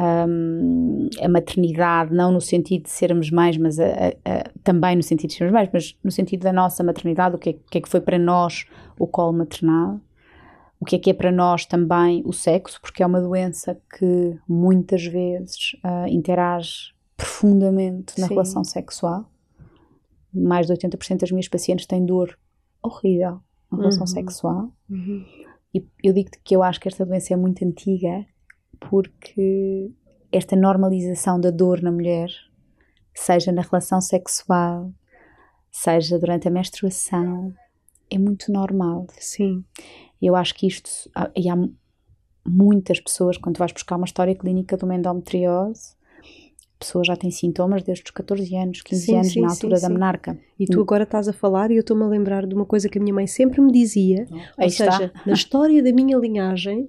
Speaker 2: a maternidade, não no sentido de sermos mães, mas também no sentido de sermos mães, mas no sentido da nossa maternidade, o que é que foi para nós o colo maternal, o que é para nós também o sexo, porque é uma doença que muitas vezes interage profundamente na relação sexual. Mais de 80% das minhas pacientes têm dor horrível na relação sexual. E eu digo-te que eu acho que esta doença é muito antiga, porque esta normalização da dor na mulher, seja na relação sexual, seja durante a menstruação, é muito normal.
Speaker 1: Sim.
Speaker 2: Eu acho que isto, e há muitas pessoas, quando vais buscar uma história clínica de uma endometriose, a pessoa já tem sintomas desde os 14 anos, 15 anos, na altura da menarca.
Speaker 1: E tu agora estás a falar e eu estou-me a lembrar de uma coisa que a minha mãe sempre me dizia, ou seja, na história da minha linhagem,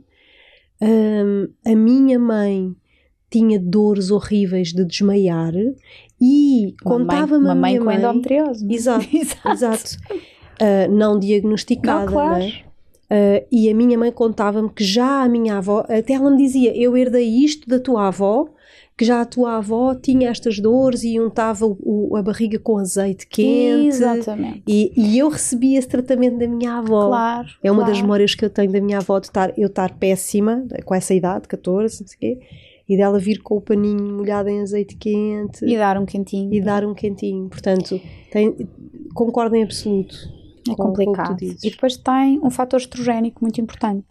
Speaker 1: a minha mãe tinha dores horríveis de desmaiar e contava-me a minha mãe...
Speaker 2: Uma mãe com endometriose.
Speaker 1: Exato. Não diagnosticada,
Speaker 2: não, claro.
Speaker 1: Não é? E a minha mãe contava-me que já a minha avó, até ela me dizia, eu herdei isto da tua avó, que já a tua avó tinha estas dores e untava a barriga com azeite quente.
Speaker 2: Exatamente.
Speaker 1: E eu recebi esse tratamento da minha avó.
Speaker 2: Claro.
Speaker 1: É uma das memórias que eu tenho da minha avó de eu estar péssima, com essa idade, 14, não sei o quê, e dela vir com o paninho molhado em azeite quente.
Speaker 2: E dar um quentinho.
Speaker 1: Portanto, concordo em absoluto.
Speaker 2: É complicado. E depois tem um fator estrogénico muito importante.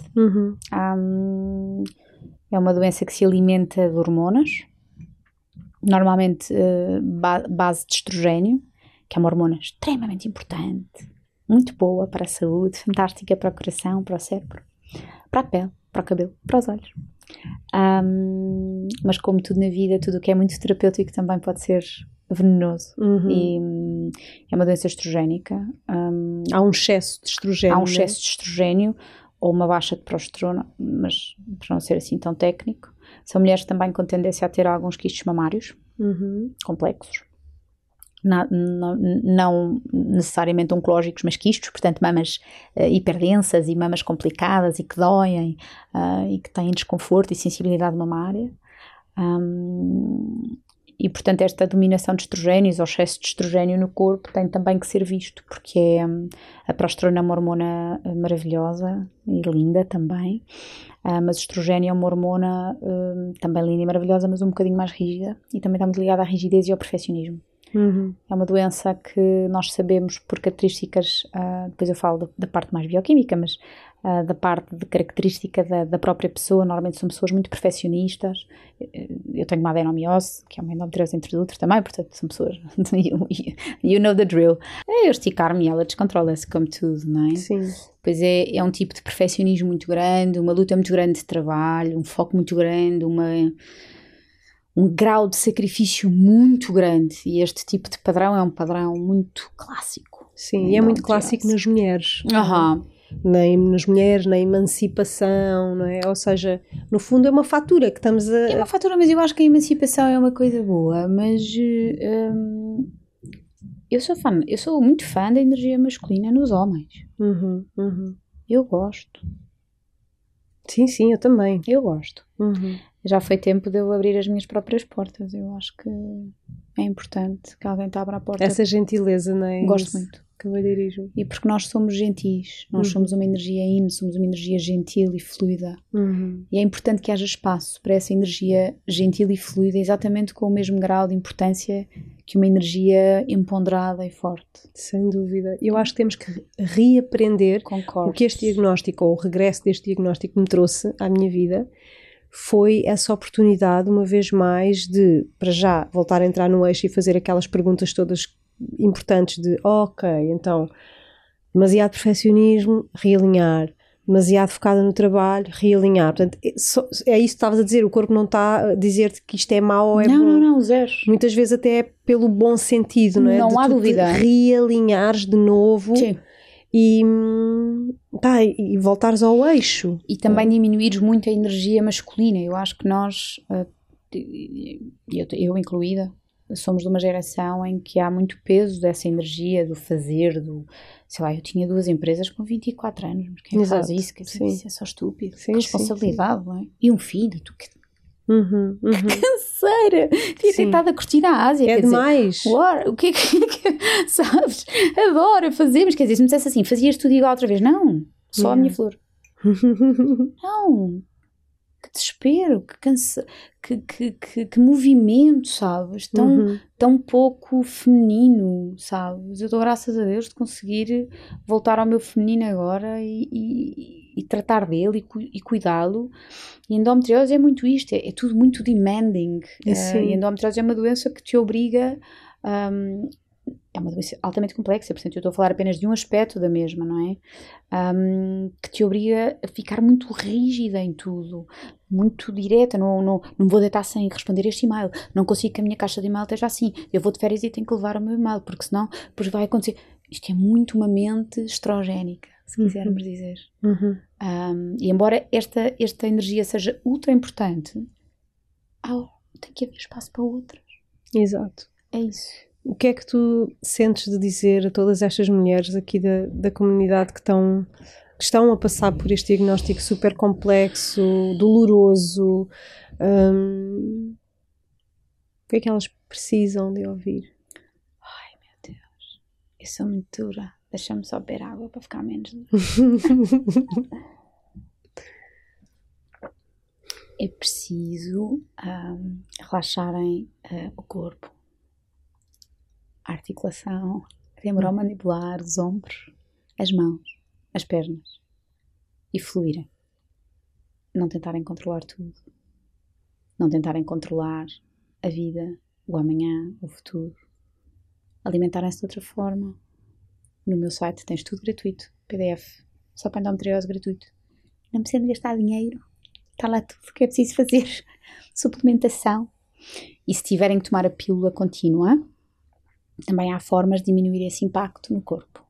Speaker 2: É uma doença que se alimenta de hormonas, normalmente base de estrogênio, que é uma hormona extremamente importante, muito boa para a saúde, fantástica para o coração, para o cérebro, para a pele, para o cabelo, para os olhos. Mas como tudo na vida, tudo o que é muito terapêutico também pode ser venenoso. E é uma doença estrogénica.
Speaker 1: Há um excesso de estrogênio.
Speaker 2: Há um excesso de estrogênio ou uma baixa de progesterona, mas para não ser assim tão técnico. São mulheres também com tendência a ter alguns quistos mamários complexos. Não necessariamente oncológicos, mas quistos, portanto mamas hiperdensas e mamas complicadas e que doem e que têm desconforto e sensibilidade mamária. E, portanto, esta dominação de estrogénios ou excesso de estrogénio no corpo tem também que ser visto, porque a progesterona é uma hormona maravilhosa e linda também, mas o estrogénio é uma hormona também linda e maravilhosa, mas um bocadinho mais rígida e também está muito ligada à rigidez e ao perfeccionismo. É uma doença que nós sabemos por características, depois eu falo da parte mais bioquímica, mas da parte de característica da própria pessoa. Normalmente são pessoas muito perfeccionistas. Eu tenho uma adenomiose, que é uma endometriose intraútero também, portanto são pessoas, you know the drill. Eu esticar-me e ela descontrola-se como tudo, não é?
Speaker 1: Sim.
Speaker 2: Pois é um tipo de perfeccionismo muito grande, uma luta muito grande de trabalho, um foco muito grande, um grau de sacrifício muito grande, e este tipo de padrão é um padrão muito clássico.
Speaker 1: Sim, e é muito clássico nas mulheres. Nem nas mulheres, na emancipação, não é? Ou seja, no fundo é uma fatura que estamos a...
Speaker 2: É uma fatura, mas eu acho que a emancipação é uma coisa boa, mas eu sou muito fã da energia masculina nos homens. Eu gosto.
Speaker 1: Sim, eu também.
Speaker 2: Eu gosto. Já foi tempo de eu abrir as minhas próprias portas. Eu acho que é importante que alguém te abra a porta.
Speaker 1: Essa gentileza, não é?
Speaker 2: Gosto muito.
Speaker 1: Que eu dirijo.
Speaker 2: E porque nós somos gentis, nós somos uma energia somos uma energia gentil e fluida. E é importante que haja espaço para essa energia gentil e fluida, exatamente com o mesmo grau de importância que uma energia empoderada e forte.
Speaker 1: Sem dúvida. Eu acho que temos que reaprender.
Speaker 2: Concordo.
Speaker 1: O que este diagnóstico, ou o regresso deste diagnóstico me trouxe à minha vida, foi essa oportunidade, uma vez mais, de, para já, voltar a entrar no eixo e fazer aquelas perguntas todas importantes de, ok, então, demasiado perfeccionismo, realinhar, demasiado focada no trabalho, realinhar. Portanto, é isso que estavas a dizer, o corpo não está a dizer-te que isto é mau ou é bom.
Speaker 2: Não, zero.
Speaker 1: Muitas vezes até é pelo bom sentido, não é?
Speaker 2: Não há dúvida.
Speaker 1: Realinhares de novo.
Speaker 2: Sim.
Speaker 1: E voltares ao eixo.
Speaker 2: E também diminuires muito a energia masculina. Eu acho que nós, eu incluída, somos de uma geração em que há muito peso dessa energia, do fazer, sei lá, eu tinha 2 empresas com 24 anos, mas quem faz isso? Quer dizer, isso é só estúpido. Sim, responsabilidade, não é? E um filho, que canseira! Tinha tentado a curtir a Ásia.
Speaker 1: É demais.
Speaker 2: Dizer, o que é que sabes? Adoro fazer, mas quer dizer, se me dissesse assim, fazias tudo igual outra vez? Não, só a minha flor. Não, que desespero, que movimento, sabes? Tão pouco feminino, sabes? Eu dou graças a Deus de conseguir voltar ao meu feminino agora e tratar dele e cuidá-lo. E endometriose é muito isto, é tudo muito demanding. E endometriose é uma doença que te obriga é uma doença altamente complexa, portanto eu estou a falar apenas de um aspecto da mesma, não é? Que te obriga a ficar muito rígida em tudo, muito direta, não vou deitar sem responder este e-mail, não consigo que a minha caixa de e-mail esteja assim, eu vou de férias e tenho que levar o meu e-mail, porque senão depois vai acontecer. Isto é muito uma mente estrogénica, se quisermos dizer. E embora esta energia seja ultra importante, tem que haver espaço para outras.
Speaker 1: Exato.
Speaker 2: É isso.
Speaker 1: O que é que tu sentes de dizer a todas estas mulheres aqui da comunidade que estão a passar por este diagnóstico super complexo, doloroso? O que é que elas precisam de ouvir?
Speaker 2: Ai, meu Deus. Eu sou muito dura. Deixa-me só beber água para ficar menos dura. É preciso relaxarem o corpo, a articulação, femoromandibular, os ombros, as mãos, as pernas e fluírem. Não tentarem controlar tudo. Não tentarem controlar a vida, o amanhã, o futuro. Alimentarem-se de outra forma. No meu site tens tudo gratuito, PDF, só para endometriose gratuito. Não precisa de gastar dinheiro. Está lá tudo o que é preciso fazer. Suplementação. E se tiverem que tomar a pílula contínua, também há formas de diminuir esse impacto no corpo.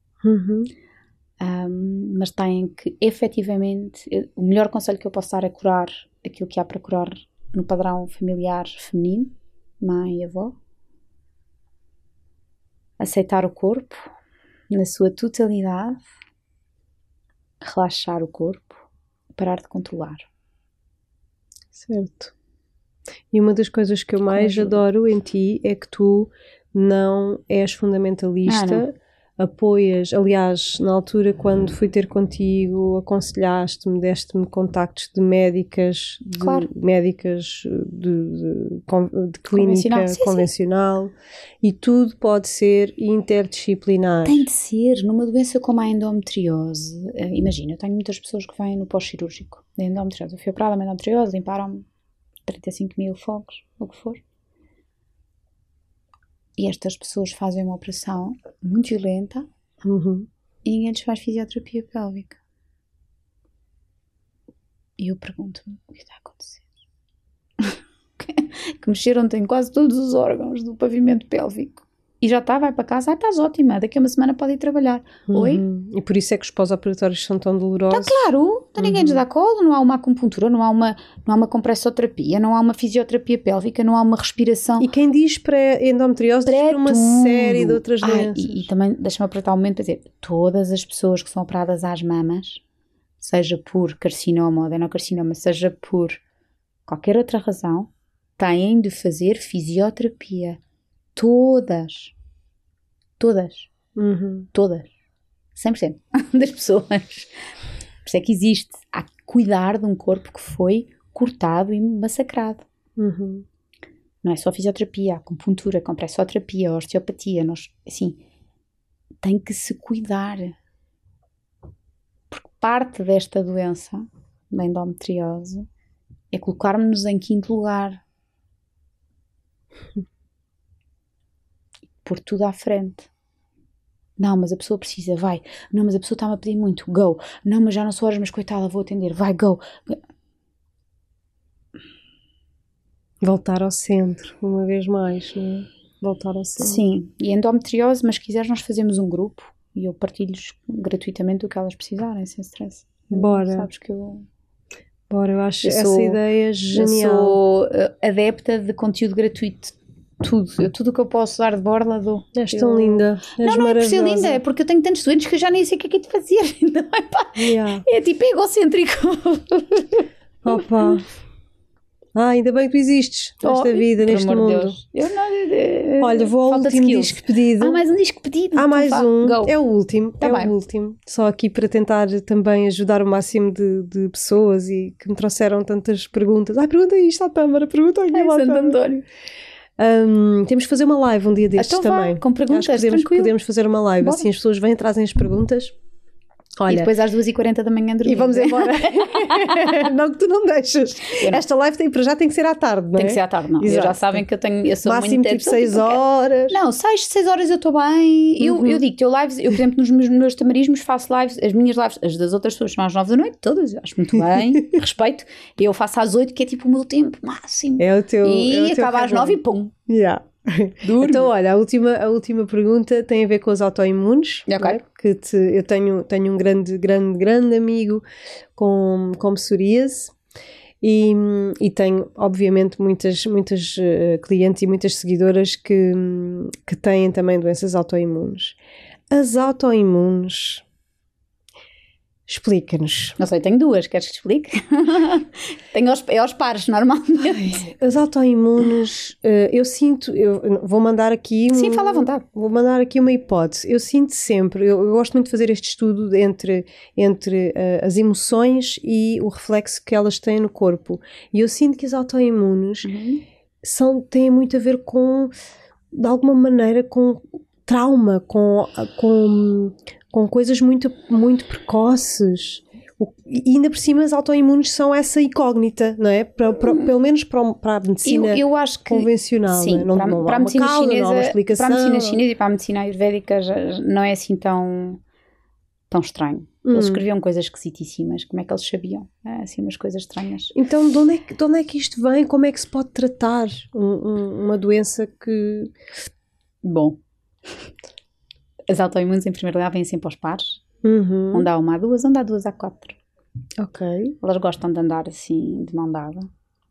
Speaker 2: Mas têm que, efetivamente, o melhor conselho que eu posso dar é curar aquilo que há para curar no padrão familiar feminino, mãe e avó. Aceitar o corpo na sua totalidade, relaxar o corpo, parar de controlar.
Speaker 1: Certo. E uma das coisas que eu mais adoro em ti é que tu não és fundamentalista, apoias. Aliás, na altura, quando fui ter contigo, aconselhaste-me, deste-me contactos de médicas, médicas de clínica convencional, e tudo pode ser interdisciplinar.
Speaker 2: Tem de ser. Numa doença como a endometriose, imagina, eu tenho muitas pessoas que vêm no pós-cirúrgico da endometriose. Eu fui operada na endometriose, limparam-me 35.000 focos, o que for. E estas pessoas fazem uma operação muito violenta e ninguém lhes faz fisioterapia pélvica. E eu pergunto-me, o que está a acontecer? Que mexeram em quase todos os órgãos do pavimento pélvico. E já está, vai para casa, estás ótima, daqui a uma semana pode ir trabalhar. Oi?
Speaker 1: E por isso é que os pós-operatórios são tão dolorosos.
Speaker 2: Está claro, ninguém lhes dá colo, não há uma acupuntura, não há uma compressoterapia, não há uma fisioterapia pélvica, não há uma respiração.
Speaker 1: E quem diz para endometriose diz uma série de outras doenças.
Speaker 2: E também, deixa-me aproveitar o momento para dizer, todas as pessoas que são operadas às mamas, seja por carcinoma ou adenocarcinoma, seja por qualquer outra razão, têm de fazer fisioterapia. Todas. 100% das pessoas. Por isso é que existe. Há que cuidar de um corpo que foi cortado e massacrado. Não é só fisioterapia, acupuntura, compressoterapia, osteopatia. Assim, tem que se cuidar. Porque parte desta doença, da endometriose, é colocarmos-nos em quinto lugar. Pôr tudo à frente. Não, mas a pessoa precisa, vai. Não, mas a pessoa está-me a pedir muito, go. Não, mas já não sou horas, mas coitada, vou atender, vai, go.
Speaker 1: Voltar ao centro, uma vez mais, não é? Voltar ao centro.
Speaker 2: Sim, e endometriose, mas se quiseres nós fazemos um grupo e eu partilho-lhes gratuitamente o que elas precisarem, sem stress.
Speaker 1: Bora.
Speaker 2: Sabes que eu
Speaker 1: acho essa ideia genial.
Speaker 2: Eu sou adepta de conteúdo gratuito. Tudo o que eu posso dar de borla dou.
Speaker 1: És tão linda.
Speaker 2: Não é por ser linda, é porque eu tenho tantos doentes que eu já nem sei o que é de fazer. É tipo egocêntrico.
Speaker 1: Opa. Ainda bem que tu existes nesta vida, neste mundo. Olha, vou ao último disco pedido.
Speaker 2: Há mais um disco pedido.
Speaker 1: Há mais um.
Speaker 2: Go.
Speaker 1: É o último. O último. Só aqui para tentar também ajudar o máximo de pessoas e que me trouxeram tantas perguntas. Pergunta isto à Tâmara, pergunta aqui à
Speaker 2: Santo António.
Speaker 1: Temos que fazer uma live um dia destes também.
Speaker 2: Com perguntas,
Speaker 1: acho que podemos fazer uma live.
Speaker 2: Bora.
Speaker 1: Assim as pessoas vêm, trazem as perguntas. Olha,
Speaker 2: e depois às 2h40 da manhã dormimos.
Speaker 1: E vamos embora. Não que tu não deixas. Esta live tem que ser à tarde, não é?
Speaker 2: Tem que ser à tarde, não. Já sabem que eu sou
Speaker 1: máximo
Speaker 2: muito...
Speaker 1: tipo 6 horas.
Speaker 2: Não, 6 horas eu estou bem. Eu digo-te, eu por exemplo, nos meus tamarismos faço lives, as minhas lives, as das outras pessoas são às 9 da noite, todas, eu acho muito bem, respeito. Eu faço às 8, que é tipo o meu tempo máximo.
Speaker 1: É o teu
Speaker 2: E acaba às 9 e pum.
Speaker 1: Yeah. Então, olha, a última pergunta tem a ver com os autoimunes.
Speaker 2: Okay.
Speaker 1: Que eu tenho um grande amigo com psoríase e tenho, obviamente, muitas clientes e muitas seguidoras que têm também doenças autoimunes. As autoimunes, explica-nos.
Speaker 2: Não sei, tenho duas, queres que te explique? Tenho aos pares, normalmente.
Speaker 1: As autoimunes, eu vou mandar aqui...
Speaker 2: Sim, fala à vontade.
Speaker 1: Vou mandar aqui uma hipótese. Eu sinto sempre, eu gosto muito de fazer este estudo entre as emoções e o reflexo que elas têm no corpo. E eu sinto que as autoimunes têm muito a ver com, de alguma maneira, com trauma, com coisas muito, muito precoces. E ainda por cima as autoimunes são essa incógnita, não é? Pelo menos para a medicina
Speaker 2: eu acho que,
Speaker 1: convencional.
Speaker 2: Sim,
Speaker 1: não é?
Speaker 2: para a medicina
Speaker 1: causa,
Speaker 2: chinesa,
Speaker 1: não há uma explicação.
Speaker 2: para a medicina chinesa e para a medicina ayurvédica não é assim tão estranho. Eles escreviam coisas esquisitíssimas. Como é que eles sabiam? Assim, umas coisas estranhas.
Speaker 1: Então, de onde é que isto vem? Como é que se pode tratar uma doença que...
Speaker 2: Bom, as autoimunes em primeiro lugar vêm sempre aos pares. Onde há uma há duas, onde há duas há 4.
Speaker 1: Ok.
Speaker 2: Elas gostam de andar assim de mão dada.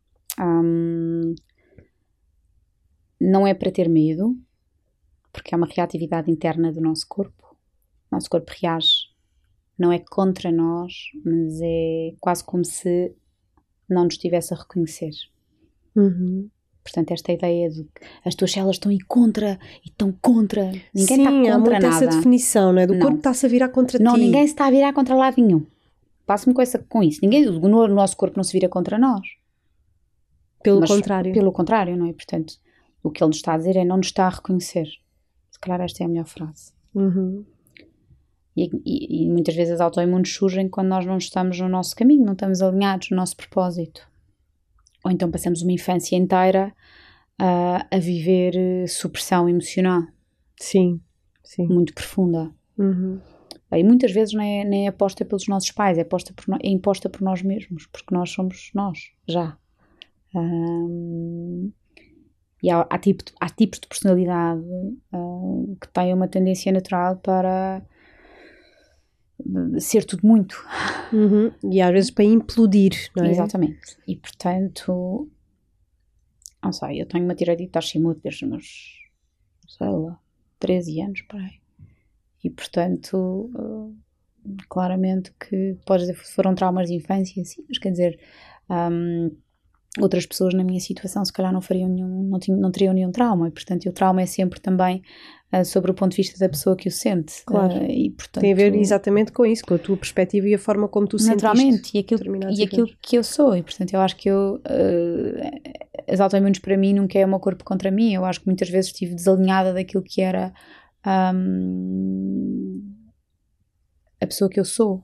Speaker 2: Não é para ter medo, porque é uma reatividade interna do nosso corpo. O nosso corpo reage, não é contra nós, mas é quase como se não nos estivesse a reconhecer. Portanto, esta ideia de que as tuas células estão aí contra e estão contra. Ninguém está
Speaker 1: Sim,
Speaker 2: contra
Speaker 1: há muito
Speaker 2: nada.
Speaker 1: essa definição, não é? Do
Speaker 2: Não.
Speaker 1: corpo está-se a virar contra
Speaker 2: Não,
Speaker 1: ti.
Speaker 2: ninguém se está a virar contra lado nenhum. Passo-me com isso. O nosso corpo não se vira contra nós.
Speaker 1: Pelo contrário.
Speaker 2: Pelo contrário, não é? Portanto, o que ele nos está a dizer é não nos está a reconhecer. Se calhar esta é a melhor frase.
Speaker 1: Uhum.
Speaker 2: E muitas vezes as autoimunes surgem quando nós não estamos no nosso caminho, não estamos alinhados no nosso propósito. Ou então passamos uma infância inteira a viver supressão emocional.
Speaker 1: Sim, sim.
Speaker 2: Muito profunda.
Speaker 1: Uhum.
Speaker 2: E muitas vezes nem é aposta pelos nossos pais, é imposta por nós mesmos, porque nós somos nós, já. E há tipos de personalidade que têm uma tendência natural para ser tudo muito.
Speaker 1: Uhum. E às vezes para implodir, não é?
Speaker 2: Exatamente. E portanto, não sei, eu tenho uma tireoidite de Hashimoto desde os meus, sei lá, 13 anos, por aí. E portanto, claramente que podes dizer que foram traumas de infância, sim, mas quer dizer, outras pessoas na minha situação se calhar não teriam nenhum trauma, e portanto o trauma é sempre também sobre o ponto de vista da pessoa que o sente.
Speaker 1: Claro.
Speaker 2: E, portanto,
Speaker 1: tem a ver exatamente com isso, com a tua perspectiva e a forma como tu sentiste.
Speaker 2: Naturalmente, e aquilo que eu sou, e portanto eu acho que as autoimunes para mim nunca é o meu corpo contra mim, eu acho que muitas vezes estive desalinhada daquilo que era a pessoa que eu sou,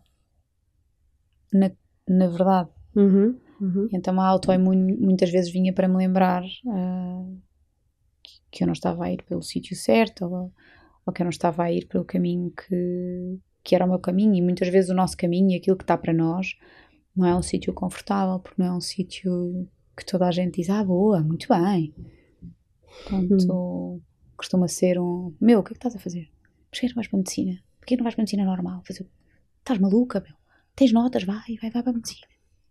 Speaker 2: na verdade.
Speaker 1: Uhum. Uhum.
Speaker 2: Então a autoimune muitas vezes vinha para me lembrar que eu não estava a ir pelo sítio certo, ou que eu não estava a ir pelo caminho que era o meu caminho, e muitas vezes o nosso caminho e aquilo que está para nós não é um sítio confortável, porque não é um sítio que toda a gente diz, boa, muito bem. Portanto, costuma ser o que é que estás a fazer? Porquê não vais para a medicina? Porquê não vais para a medicina normal? Estás maluca, meu? Tens notas? Vai para a medicina.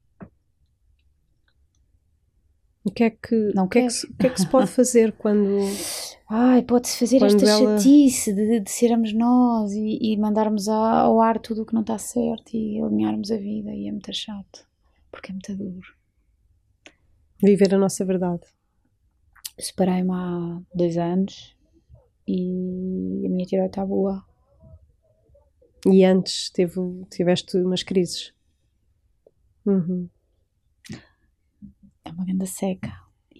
Speaker 1: O que é que se pode fazer quando...
Speaker 2: pode-se fazer esta chatice de sermos nós e mandarmos ao ar tudo o que não está certo e alinharmos a vida, e é muito chato, porque é muito duro.
Speaker 1: Viver a nossa verdade.
Speaker 2: Separei-me há 2 anos e a minha tireoide está boa.
Speaker 1: E antes tiveste umas crises. Uhum.
Speaker 2: É uma grande seca.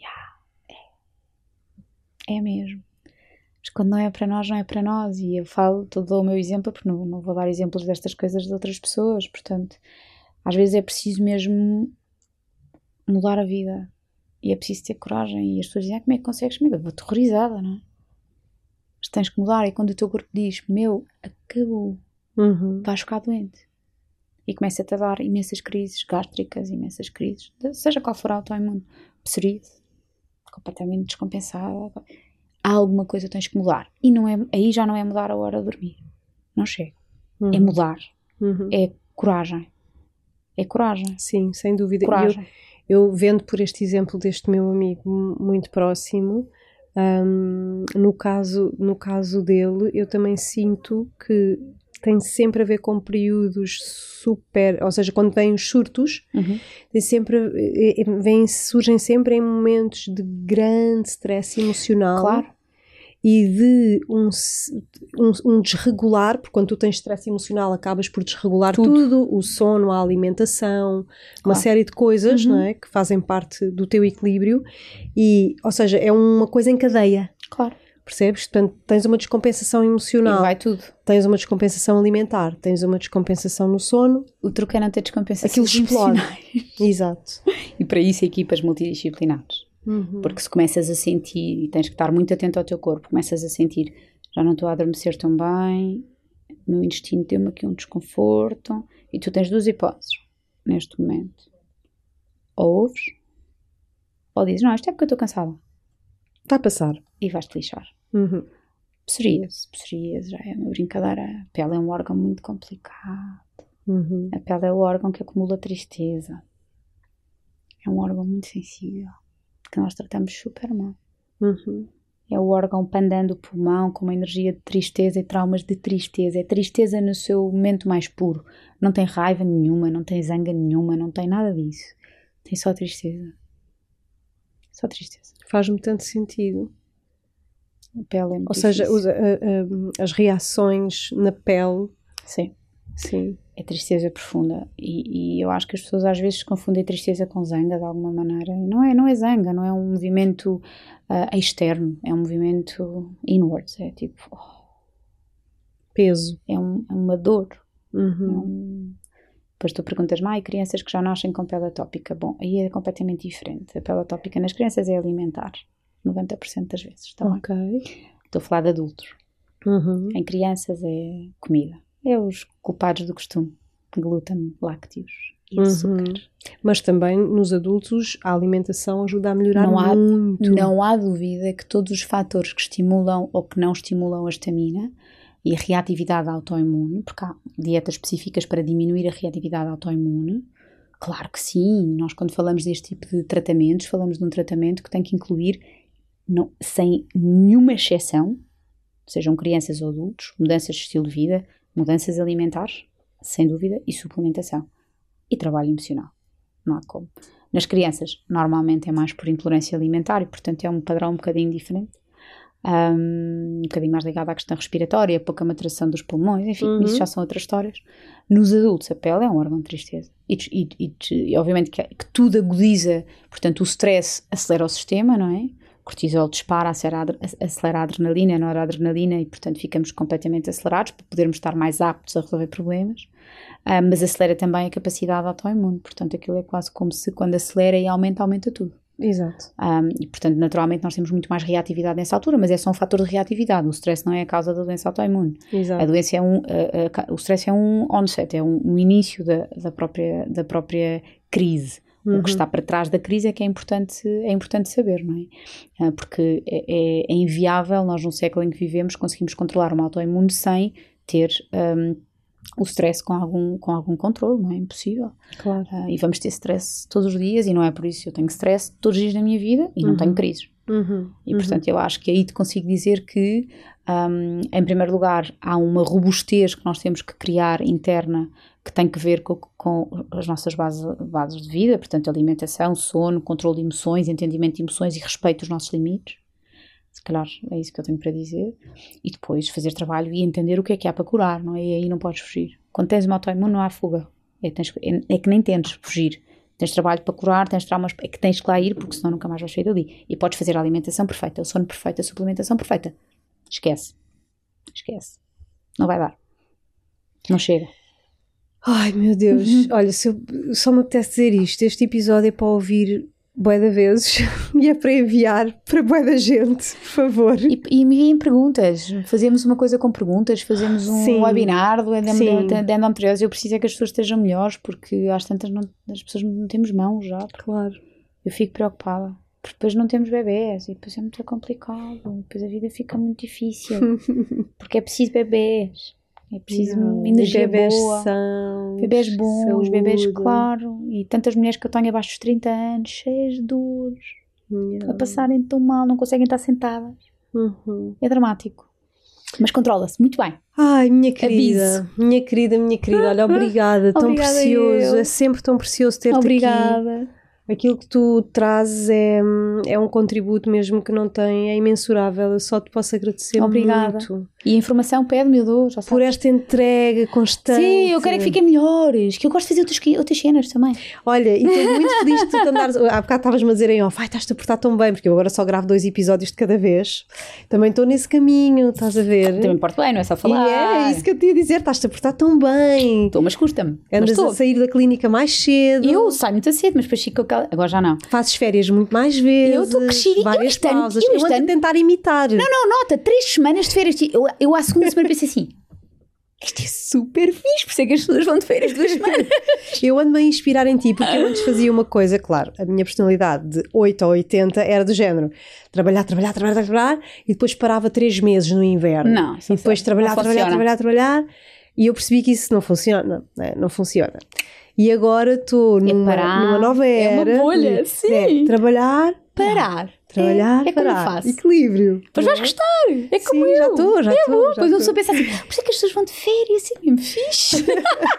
Speaker 2: É mesmo. Mas quando não é para nós, não é para nós. E eu dou o meu exemplo, porque não vou dar exemplos destas coisas de outras pessoas. Portanto, às vezes é preciso mesmo mudar a vida. E é preciso ter coragem. E as pessoas dizem, como é que consegues? Eu vou aterrorizada, não é? Mas tens que mudar. E quando o teu corpo diz, acabou, vais ficar doente. E começa-te a dar imensas crises gástricas, imensas crises, seja qual for a autoimune, psoríase, completamente descompensada. Há alguma coisa que tens que mudar. E aí já não é mudar a hora de dormir. Não chega. É mudar. É coragem. É coragem.
Speaker 1: Sim, sem dúvida.
Speaker 2: Coragem.
Speaker 1: Eu vendo por este exemplo deste meu amigo muito próximo, no caso dele, eu também sinto que tem sempre a ver com períodos ou seja, quando vêm os surtos, surgem sempre em momentos de grande stress emocional.
Speaker 2: Claro.
Speaker 1: E de um desregular, porque quando tu tens stress emocional acabas por desregular tudo, o sono, a alimentação, uma série de coisas, não é, que fazem parte do teu equilíbrio, ou seja, é uma coisa em cadeia.
Speaker 2: Claro.
Speaker 1: Percebes? Portanto, tens uma descompensação emocional.
Speaker 2: E vai tudo.
Speaker 1: Tens uma descompensação alimentar, tens uma descompensação no sono.
Speaker 2: O truque é não ter descompensação.
Speaker 1: Aquilo explode. Exato.
Speaker 2: E para isso equipas multidisciplinares. Porque se começas a sentir, e tens que estar muito atento ao teu corpo, começas a sentir, já não estou a adormecer tão bem, o meu intestino tem-me aqui um desconforto, e tu tens 2 hipóteses neste momento. Ou ouves, ou dizes, não, isto é porque eu estou cansada.
Speaker 1: Vai passar.
Speaker 2: E vais-te lixar. Psoríase já é uma brincadeira. A pele é um órgão muito complicado. A pele é o órgão que acumula tristeza. É um órgão muito sensível, que nós tratamos super mal. É o órgão pandando o pulmão com uma energia de tristeza e traumas de tristeza. É tristeza no seu momento mais puro. Não tem raiva nenhuma, não tem zanga nenhuma, não tem nada disso. Tem só tristeza. Só tristeza.
Speaker 1: Faz-me tanto sentido.
Speaker 2: A pele é muito
Speaker 1: Ou seja,
Speaker 2: difícil.
Speaker 1: as reações na pele.
Speaker 2: Sim.
Speaker 1: Sim.
Speaker 2: É tristeza profunda. E eu acho que as pessoas às vezes confundem tristeza com zanga de alguma maneira. Não é zanga, não é um movimento externo, é um movimento inwards. É tipo...
Speaker 1: Peso.
Speaker 2: É uma dor.
Speaker 1: Uhum.
Speaker 2: Depois tu perguntas-me, crianças que já nascem com pele atópica. Bom, aí é completamente diferente. A pele atópica nas crianças é alimentar. 90% das vezes. Tá
Speaker 1: Ok.
Speaker 2: Estou a falar de adultos.
Speaker 1: Uhum.
Speaker 2: Em crianças é comida. É os culpados do costume. Glúten, lácteos e açúcar.
Speaker 1: Mas também nos adultos a alimentação ajuda a melhorar muito.
Speaker 2: Não há dúvida que todos os fatores que estimulam ou que não estimulam a estamina e a reatividade autoimune, porque há dietas específicas para diminuir a reatividade autoimune. Claro que sim, nós quando falamos deste tipo de tratamentos, falamos de um tratamento que tem que incluir, sem nenhuma exceção, sejam crianças ou adultos, mudanças de estilo de vida, mudanças alimentares, sem dúvida, e suplementação. E trabalho emocional. Não há como. Nas crianças, normalmente é mais por intolerância alimentar e, portanto, é um padrão um bocadinho diferente. Um bocadinho mais ligado à questão respiratória, pouca maturação dos pulmões, enfim, isso já são outras histórias. Nos adultos, a pele é um órgão de tristeza. E obviamente que tudo agudiza, portanto, o stress acelera o sistema, não é? O cortisol dispara, acelera a adrenalina, a noradrenalina e, portanto, ficamos completamente acelerados para podermos estar mais aptos a resolver problemas. Mas acelera também a capacidade autoimune, portanto, aquilo é quase como se quando acelera e aumenta tudo.
Speaker 1: Exato.
Speaker 2: E, portanto, naturalmente nós temos muito mais reatividade nessa altura, mas é só um fator de reatividade. O stress não é a causa da doença autoimune.
Speaker 1: Exato.
Speaker 2: A doença o stress é um onset, é um início da própria crise. O que está para trás da crise é que é importante saber, não é? Porque é inviável nós, no século em que vivemos, conseguimos controlar uma autoimune sem ter o stress com algum controle, não é? Impossível.
Speaker 1: Claro.
Speaker 2: E vamos ter stress todos os dias e não é por isso que eu tenho stress todos os dias da minha vida e não tenho crises. E portanto eu acho que aí te consigo dizer que em primeiro lugar há uma robustez que nós temos que criar interna que tem que ver com as nossas bases de vida, portanto alimentação, sono, controle de emoções, entendimento de emoções e respeito dos nossos limites. Se calhar é isso que eu tenho para dizer. E depois fazer trabalho e entender o que é há para curar, não é? E aí não podes fugir. Quando tens uma autoimune não há fuga. É que nem tentes fugir. Tens trabalho para curar, tens traumas, é que tens que lá ir porque senão nunca mais vais sair dali. E podes fazer a alimentação perfeita, o sono perfeito, a suplementação perfeita. Esquece. Não vai dar. Não chega.
Speaker 1: Ai, meu Deus. Olha, só me apetece dizer isto. Este episódio é para ouvir bué de vezes e é para enviar para bué da gente, por favor.
Speaker 2: E me enviem perguntas. Fazemos uma coisa com perguntas, fazemos um webinar do endometriose. Eu preciso é que as pessoas estejam melhores porque às tantas as pessoas não temos mãos já.
Speaker 1: Claro.
Speaker 2: Eu fico preocupada. Porque depois não temos bebés e depois é muito complicado. Depois a vida fica muito difícil. Porque é preciso bebés. É preciso energia boa. Bebés bons, saúde. Bebés, claro. E tantas mulheres que eu tenho abaixo dos 30 anos, cheias de dores, a passarem tão mal, não conseguem estar sentadas. É dramático. Mas controla-se, muito bem.
Speaker 1: Ai, minha querida. Olha, obrigada. Tão precioso. É sempre tão precioso ter-te aqui.
Speaker 2: Obrigada.
Speaker 1: Aquilo que tu trazes é um contributo mesmo que não tem, é imensurável. Eu só te posso agradecer muito.
Speaker 2: E a informação pede-me, eu dou, já sabes.
Speaker 1: Por esta entrega constante.
Speaker 2: Sim, eu quero é que fiquem melhores, que eu gosto de fazer outras cenas também.
Speaker 1: Olha, e estou muito feliz de tu te andares. Há bocado estavas-me a dizer em off, estás-te a portar tão bem, porque eu agora só gravo 2 episódios de cada vez. Também estou nesse caminho, estás a ver?
Speaker 2: Também me porto bem, não é só falar.
Speaker 1: E é isso que eu te ia dizer, estás-te a portar tão bem.
Speaker 2: Estou, mas custa-me.
Speaker 1: Andas a sair da clínica mais cedo.
Speaker 2: Eu saio muito cedo, mas depois fico agora já não.
Speaker 1: Fazes férias muito mais vezes.
Speaker 2: Eu estou crescida.
Speaker 1: Várias pausas. Eu ando a tentar imitar.
Speaker 2: Não, nota, 3 semanas de férias. Eu à segunda semana pensei assim, isto é super fixe, por isso é que as pessoas vão de férias 2 semanas.
Speaker 1: Eu ando-me a inspirar em ti, porque eu antes fazia uma coisa, claro, a minha personalidade de 8 a 80 era do género, trabalhar, e depois parava 3 meses no inverno.
Speaker 2: Não,
Speaker 1: e depois trabalhar, e eu percebi que isso não funciona, não funciona. E agora estou numa nova era.
Speaker 2: É uma bolha, sim.
Speaker 1: Trabalhar, Trabalhar
Speaker 2: é como eu
Speaker 1: para
Speaker 2: faço.
Speaker 1: Equilíbrio.
Speaker 2: Pois vais gostar. É como
Speaker 1: Sim,
Speaker 2: eu.
Speaker 1: já estou.
Speaker 2: Bom. Depois uma pessoa pensa assim, por isso é que as pessoas vão de férias, é mesmo fixe. Eu de 15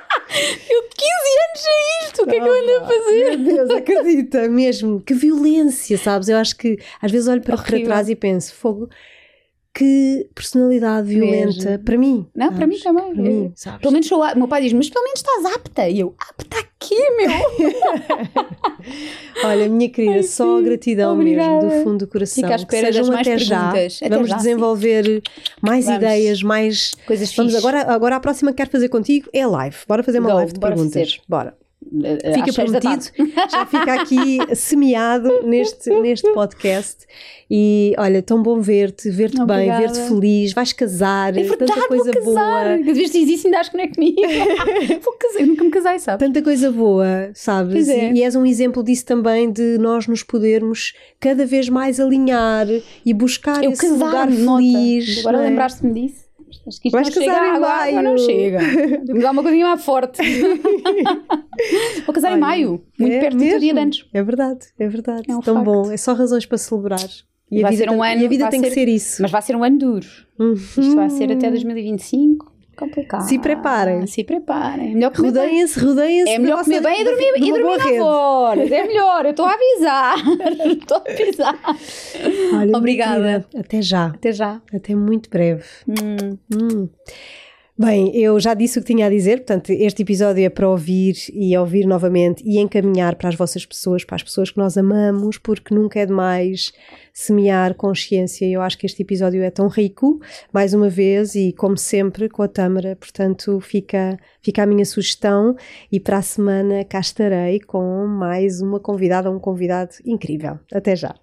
Speaker 2: anos a isto, o que é que eu ando a fazer?
Speaker 1: Meu Deus, acredita mesmo. Que violência, sabes? Eu acho que às vezes olho para trás e penso, fogo, que personalidade violenta.
Speaker 2: Mesmo.
Speaker 1: Para mim.
Speaker 2: Não,
Speaker 1: sabes?
Speaker 2: para mim também.
Speaker 1: Para mim, sabes?
Speaker 2: Pelo menos o meu pai diz, mas pelo menos estás apta. E eu, apta aqui, meu?
Speaker 1: Olha, minha querida,
Speaker 2: Ai,
Speaker 1: só
Speaker 2: sim.
Speaker 1: gratidão
Speaker 2: Obrigada.
Speaker 1: mesmo, do fundo do coração.
Speaker 2: Fica à espera
Speaker 1: que sejam
Speaker 2: das mais
Speaker 1: até já.
Speaker 2: perguntas. Até
Speaker 1: Vamos
Speaker 2: já,
Speaker 1: desenvolver mais
Speaker 2: Vamos.
Speaker 1: ideias, mais
Speaker 2: Coisas
Speaker 1: Vamos
Speaker 2: fixes.
Speaker 1: agora a próxima que quero fazer contigo é live. Bora fazer uma
Speaker 2: Go,
Speaker 1: live de
Speaker 2: bora
Speaker 1: perguntas.
Speaker 2: fazer.
Speaker 1: Bora.
Speaker 2: Às
Speaker 1: Fica
Speaker 2: 6 da
Speaker 1: prometido,
Speaker 2: tarde.
Speaker 1: já fica aqui semeado neste podcast. E olha, tão bom ver-te bem,
Speaker 2: Obrigada.
Speaker 1: ver-te feliz. Vais casar,
Speaker 2: É verdade,
Speaker 1: tanta coisa
Speaker 2: vou casar.
Speaker 1: boa.
Speaker 2: Às vezes diz isso e ainda acho que não é comigo. Vou casar, eu nunca me casei, sabes?
Speaker 1: Tanta coisa boa, sabes?
Speaker 2: Pois é.
Speaker 1: E és um exemplo disso também, de nós nos podermos cada vez mais alinhar e buscar
Speaker 2: Eu
Speaker 1: esse lugar
Speaker 2: casar-me, nota.
Speaker 1: feliz.
Speaker 2: Agora
Speaker 1: não é?
Speaker 2: lembraste-me disso. Acho que isto
Speaker 1: Vais
Speaker 2: não chega
Speaker 1: casar em
Speaker 2: agora,
Speaker 1: maio.
Speaker 2: não chega. Temos de dar uma coisinha mais forte. Vou casar em
Speaker 1: Olha,
Speaker 2: maio, muito
Speaker 1: é
Speaker 2: perto do teu
Speaker 1: mesmo.
Speaker 2: dia de anos.
Speaker 1: É verdade, é verdade.
Speaker 2: É um
Speaker 1: Tão
Speaker 2: facto.
Speaker 1: bom, é só razões para celebrar. E
Speaker 2: Vai
Speaker 1: a vida,
Speaker 2: ser um ano,
Speaker 1: e a vida
Speaker 2: vai
Speaker 1: tem que
Speaker 2: ser-
Speaker 1: ser isso.
Speaker 2: Mas vai ser um ano duro. Isto vai ser até 2025. Complicado.
Speaker 1: Se preparem.
Speaker 2: Se preparem. Melhor comer bem.
Speaker 1: Rodeiam-se.
Speaker 2: É melhor comer bem e dormir,
Speaker 1: de uma boa
Speaker 2: 9
Speaker 1: rede.
Speaker 2: horas. É melhor. Eu estou a avisar. Estou a avisar.
Speaker 1: Olha, minha
Speaker 2: Obrigada.
Speaker 1: querida, até já.
Speaker 2: Até já.
Speaker 1: Até muito breve. Bem, eu já disse o que tinha a dizer, portanto, este episódio é para ouvir e ouvir novamente e encaminhar para as vossas pessoas, para as pessoas que nós amamos, porque nunca é demais semear consciência. Eu acho que este episódio é tão rico, mais uma vez, e como sempre, com a Tâmara, portanto, fica a minha sugestão e para a semana cá estarei com mais uma convidada, um convidado incrível. Até já.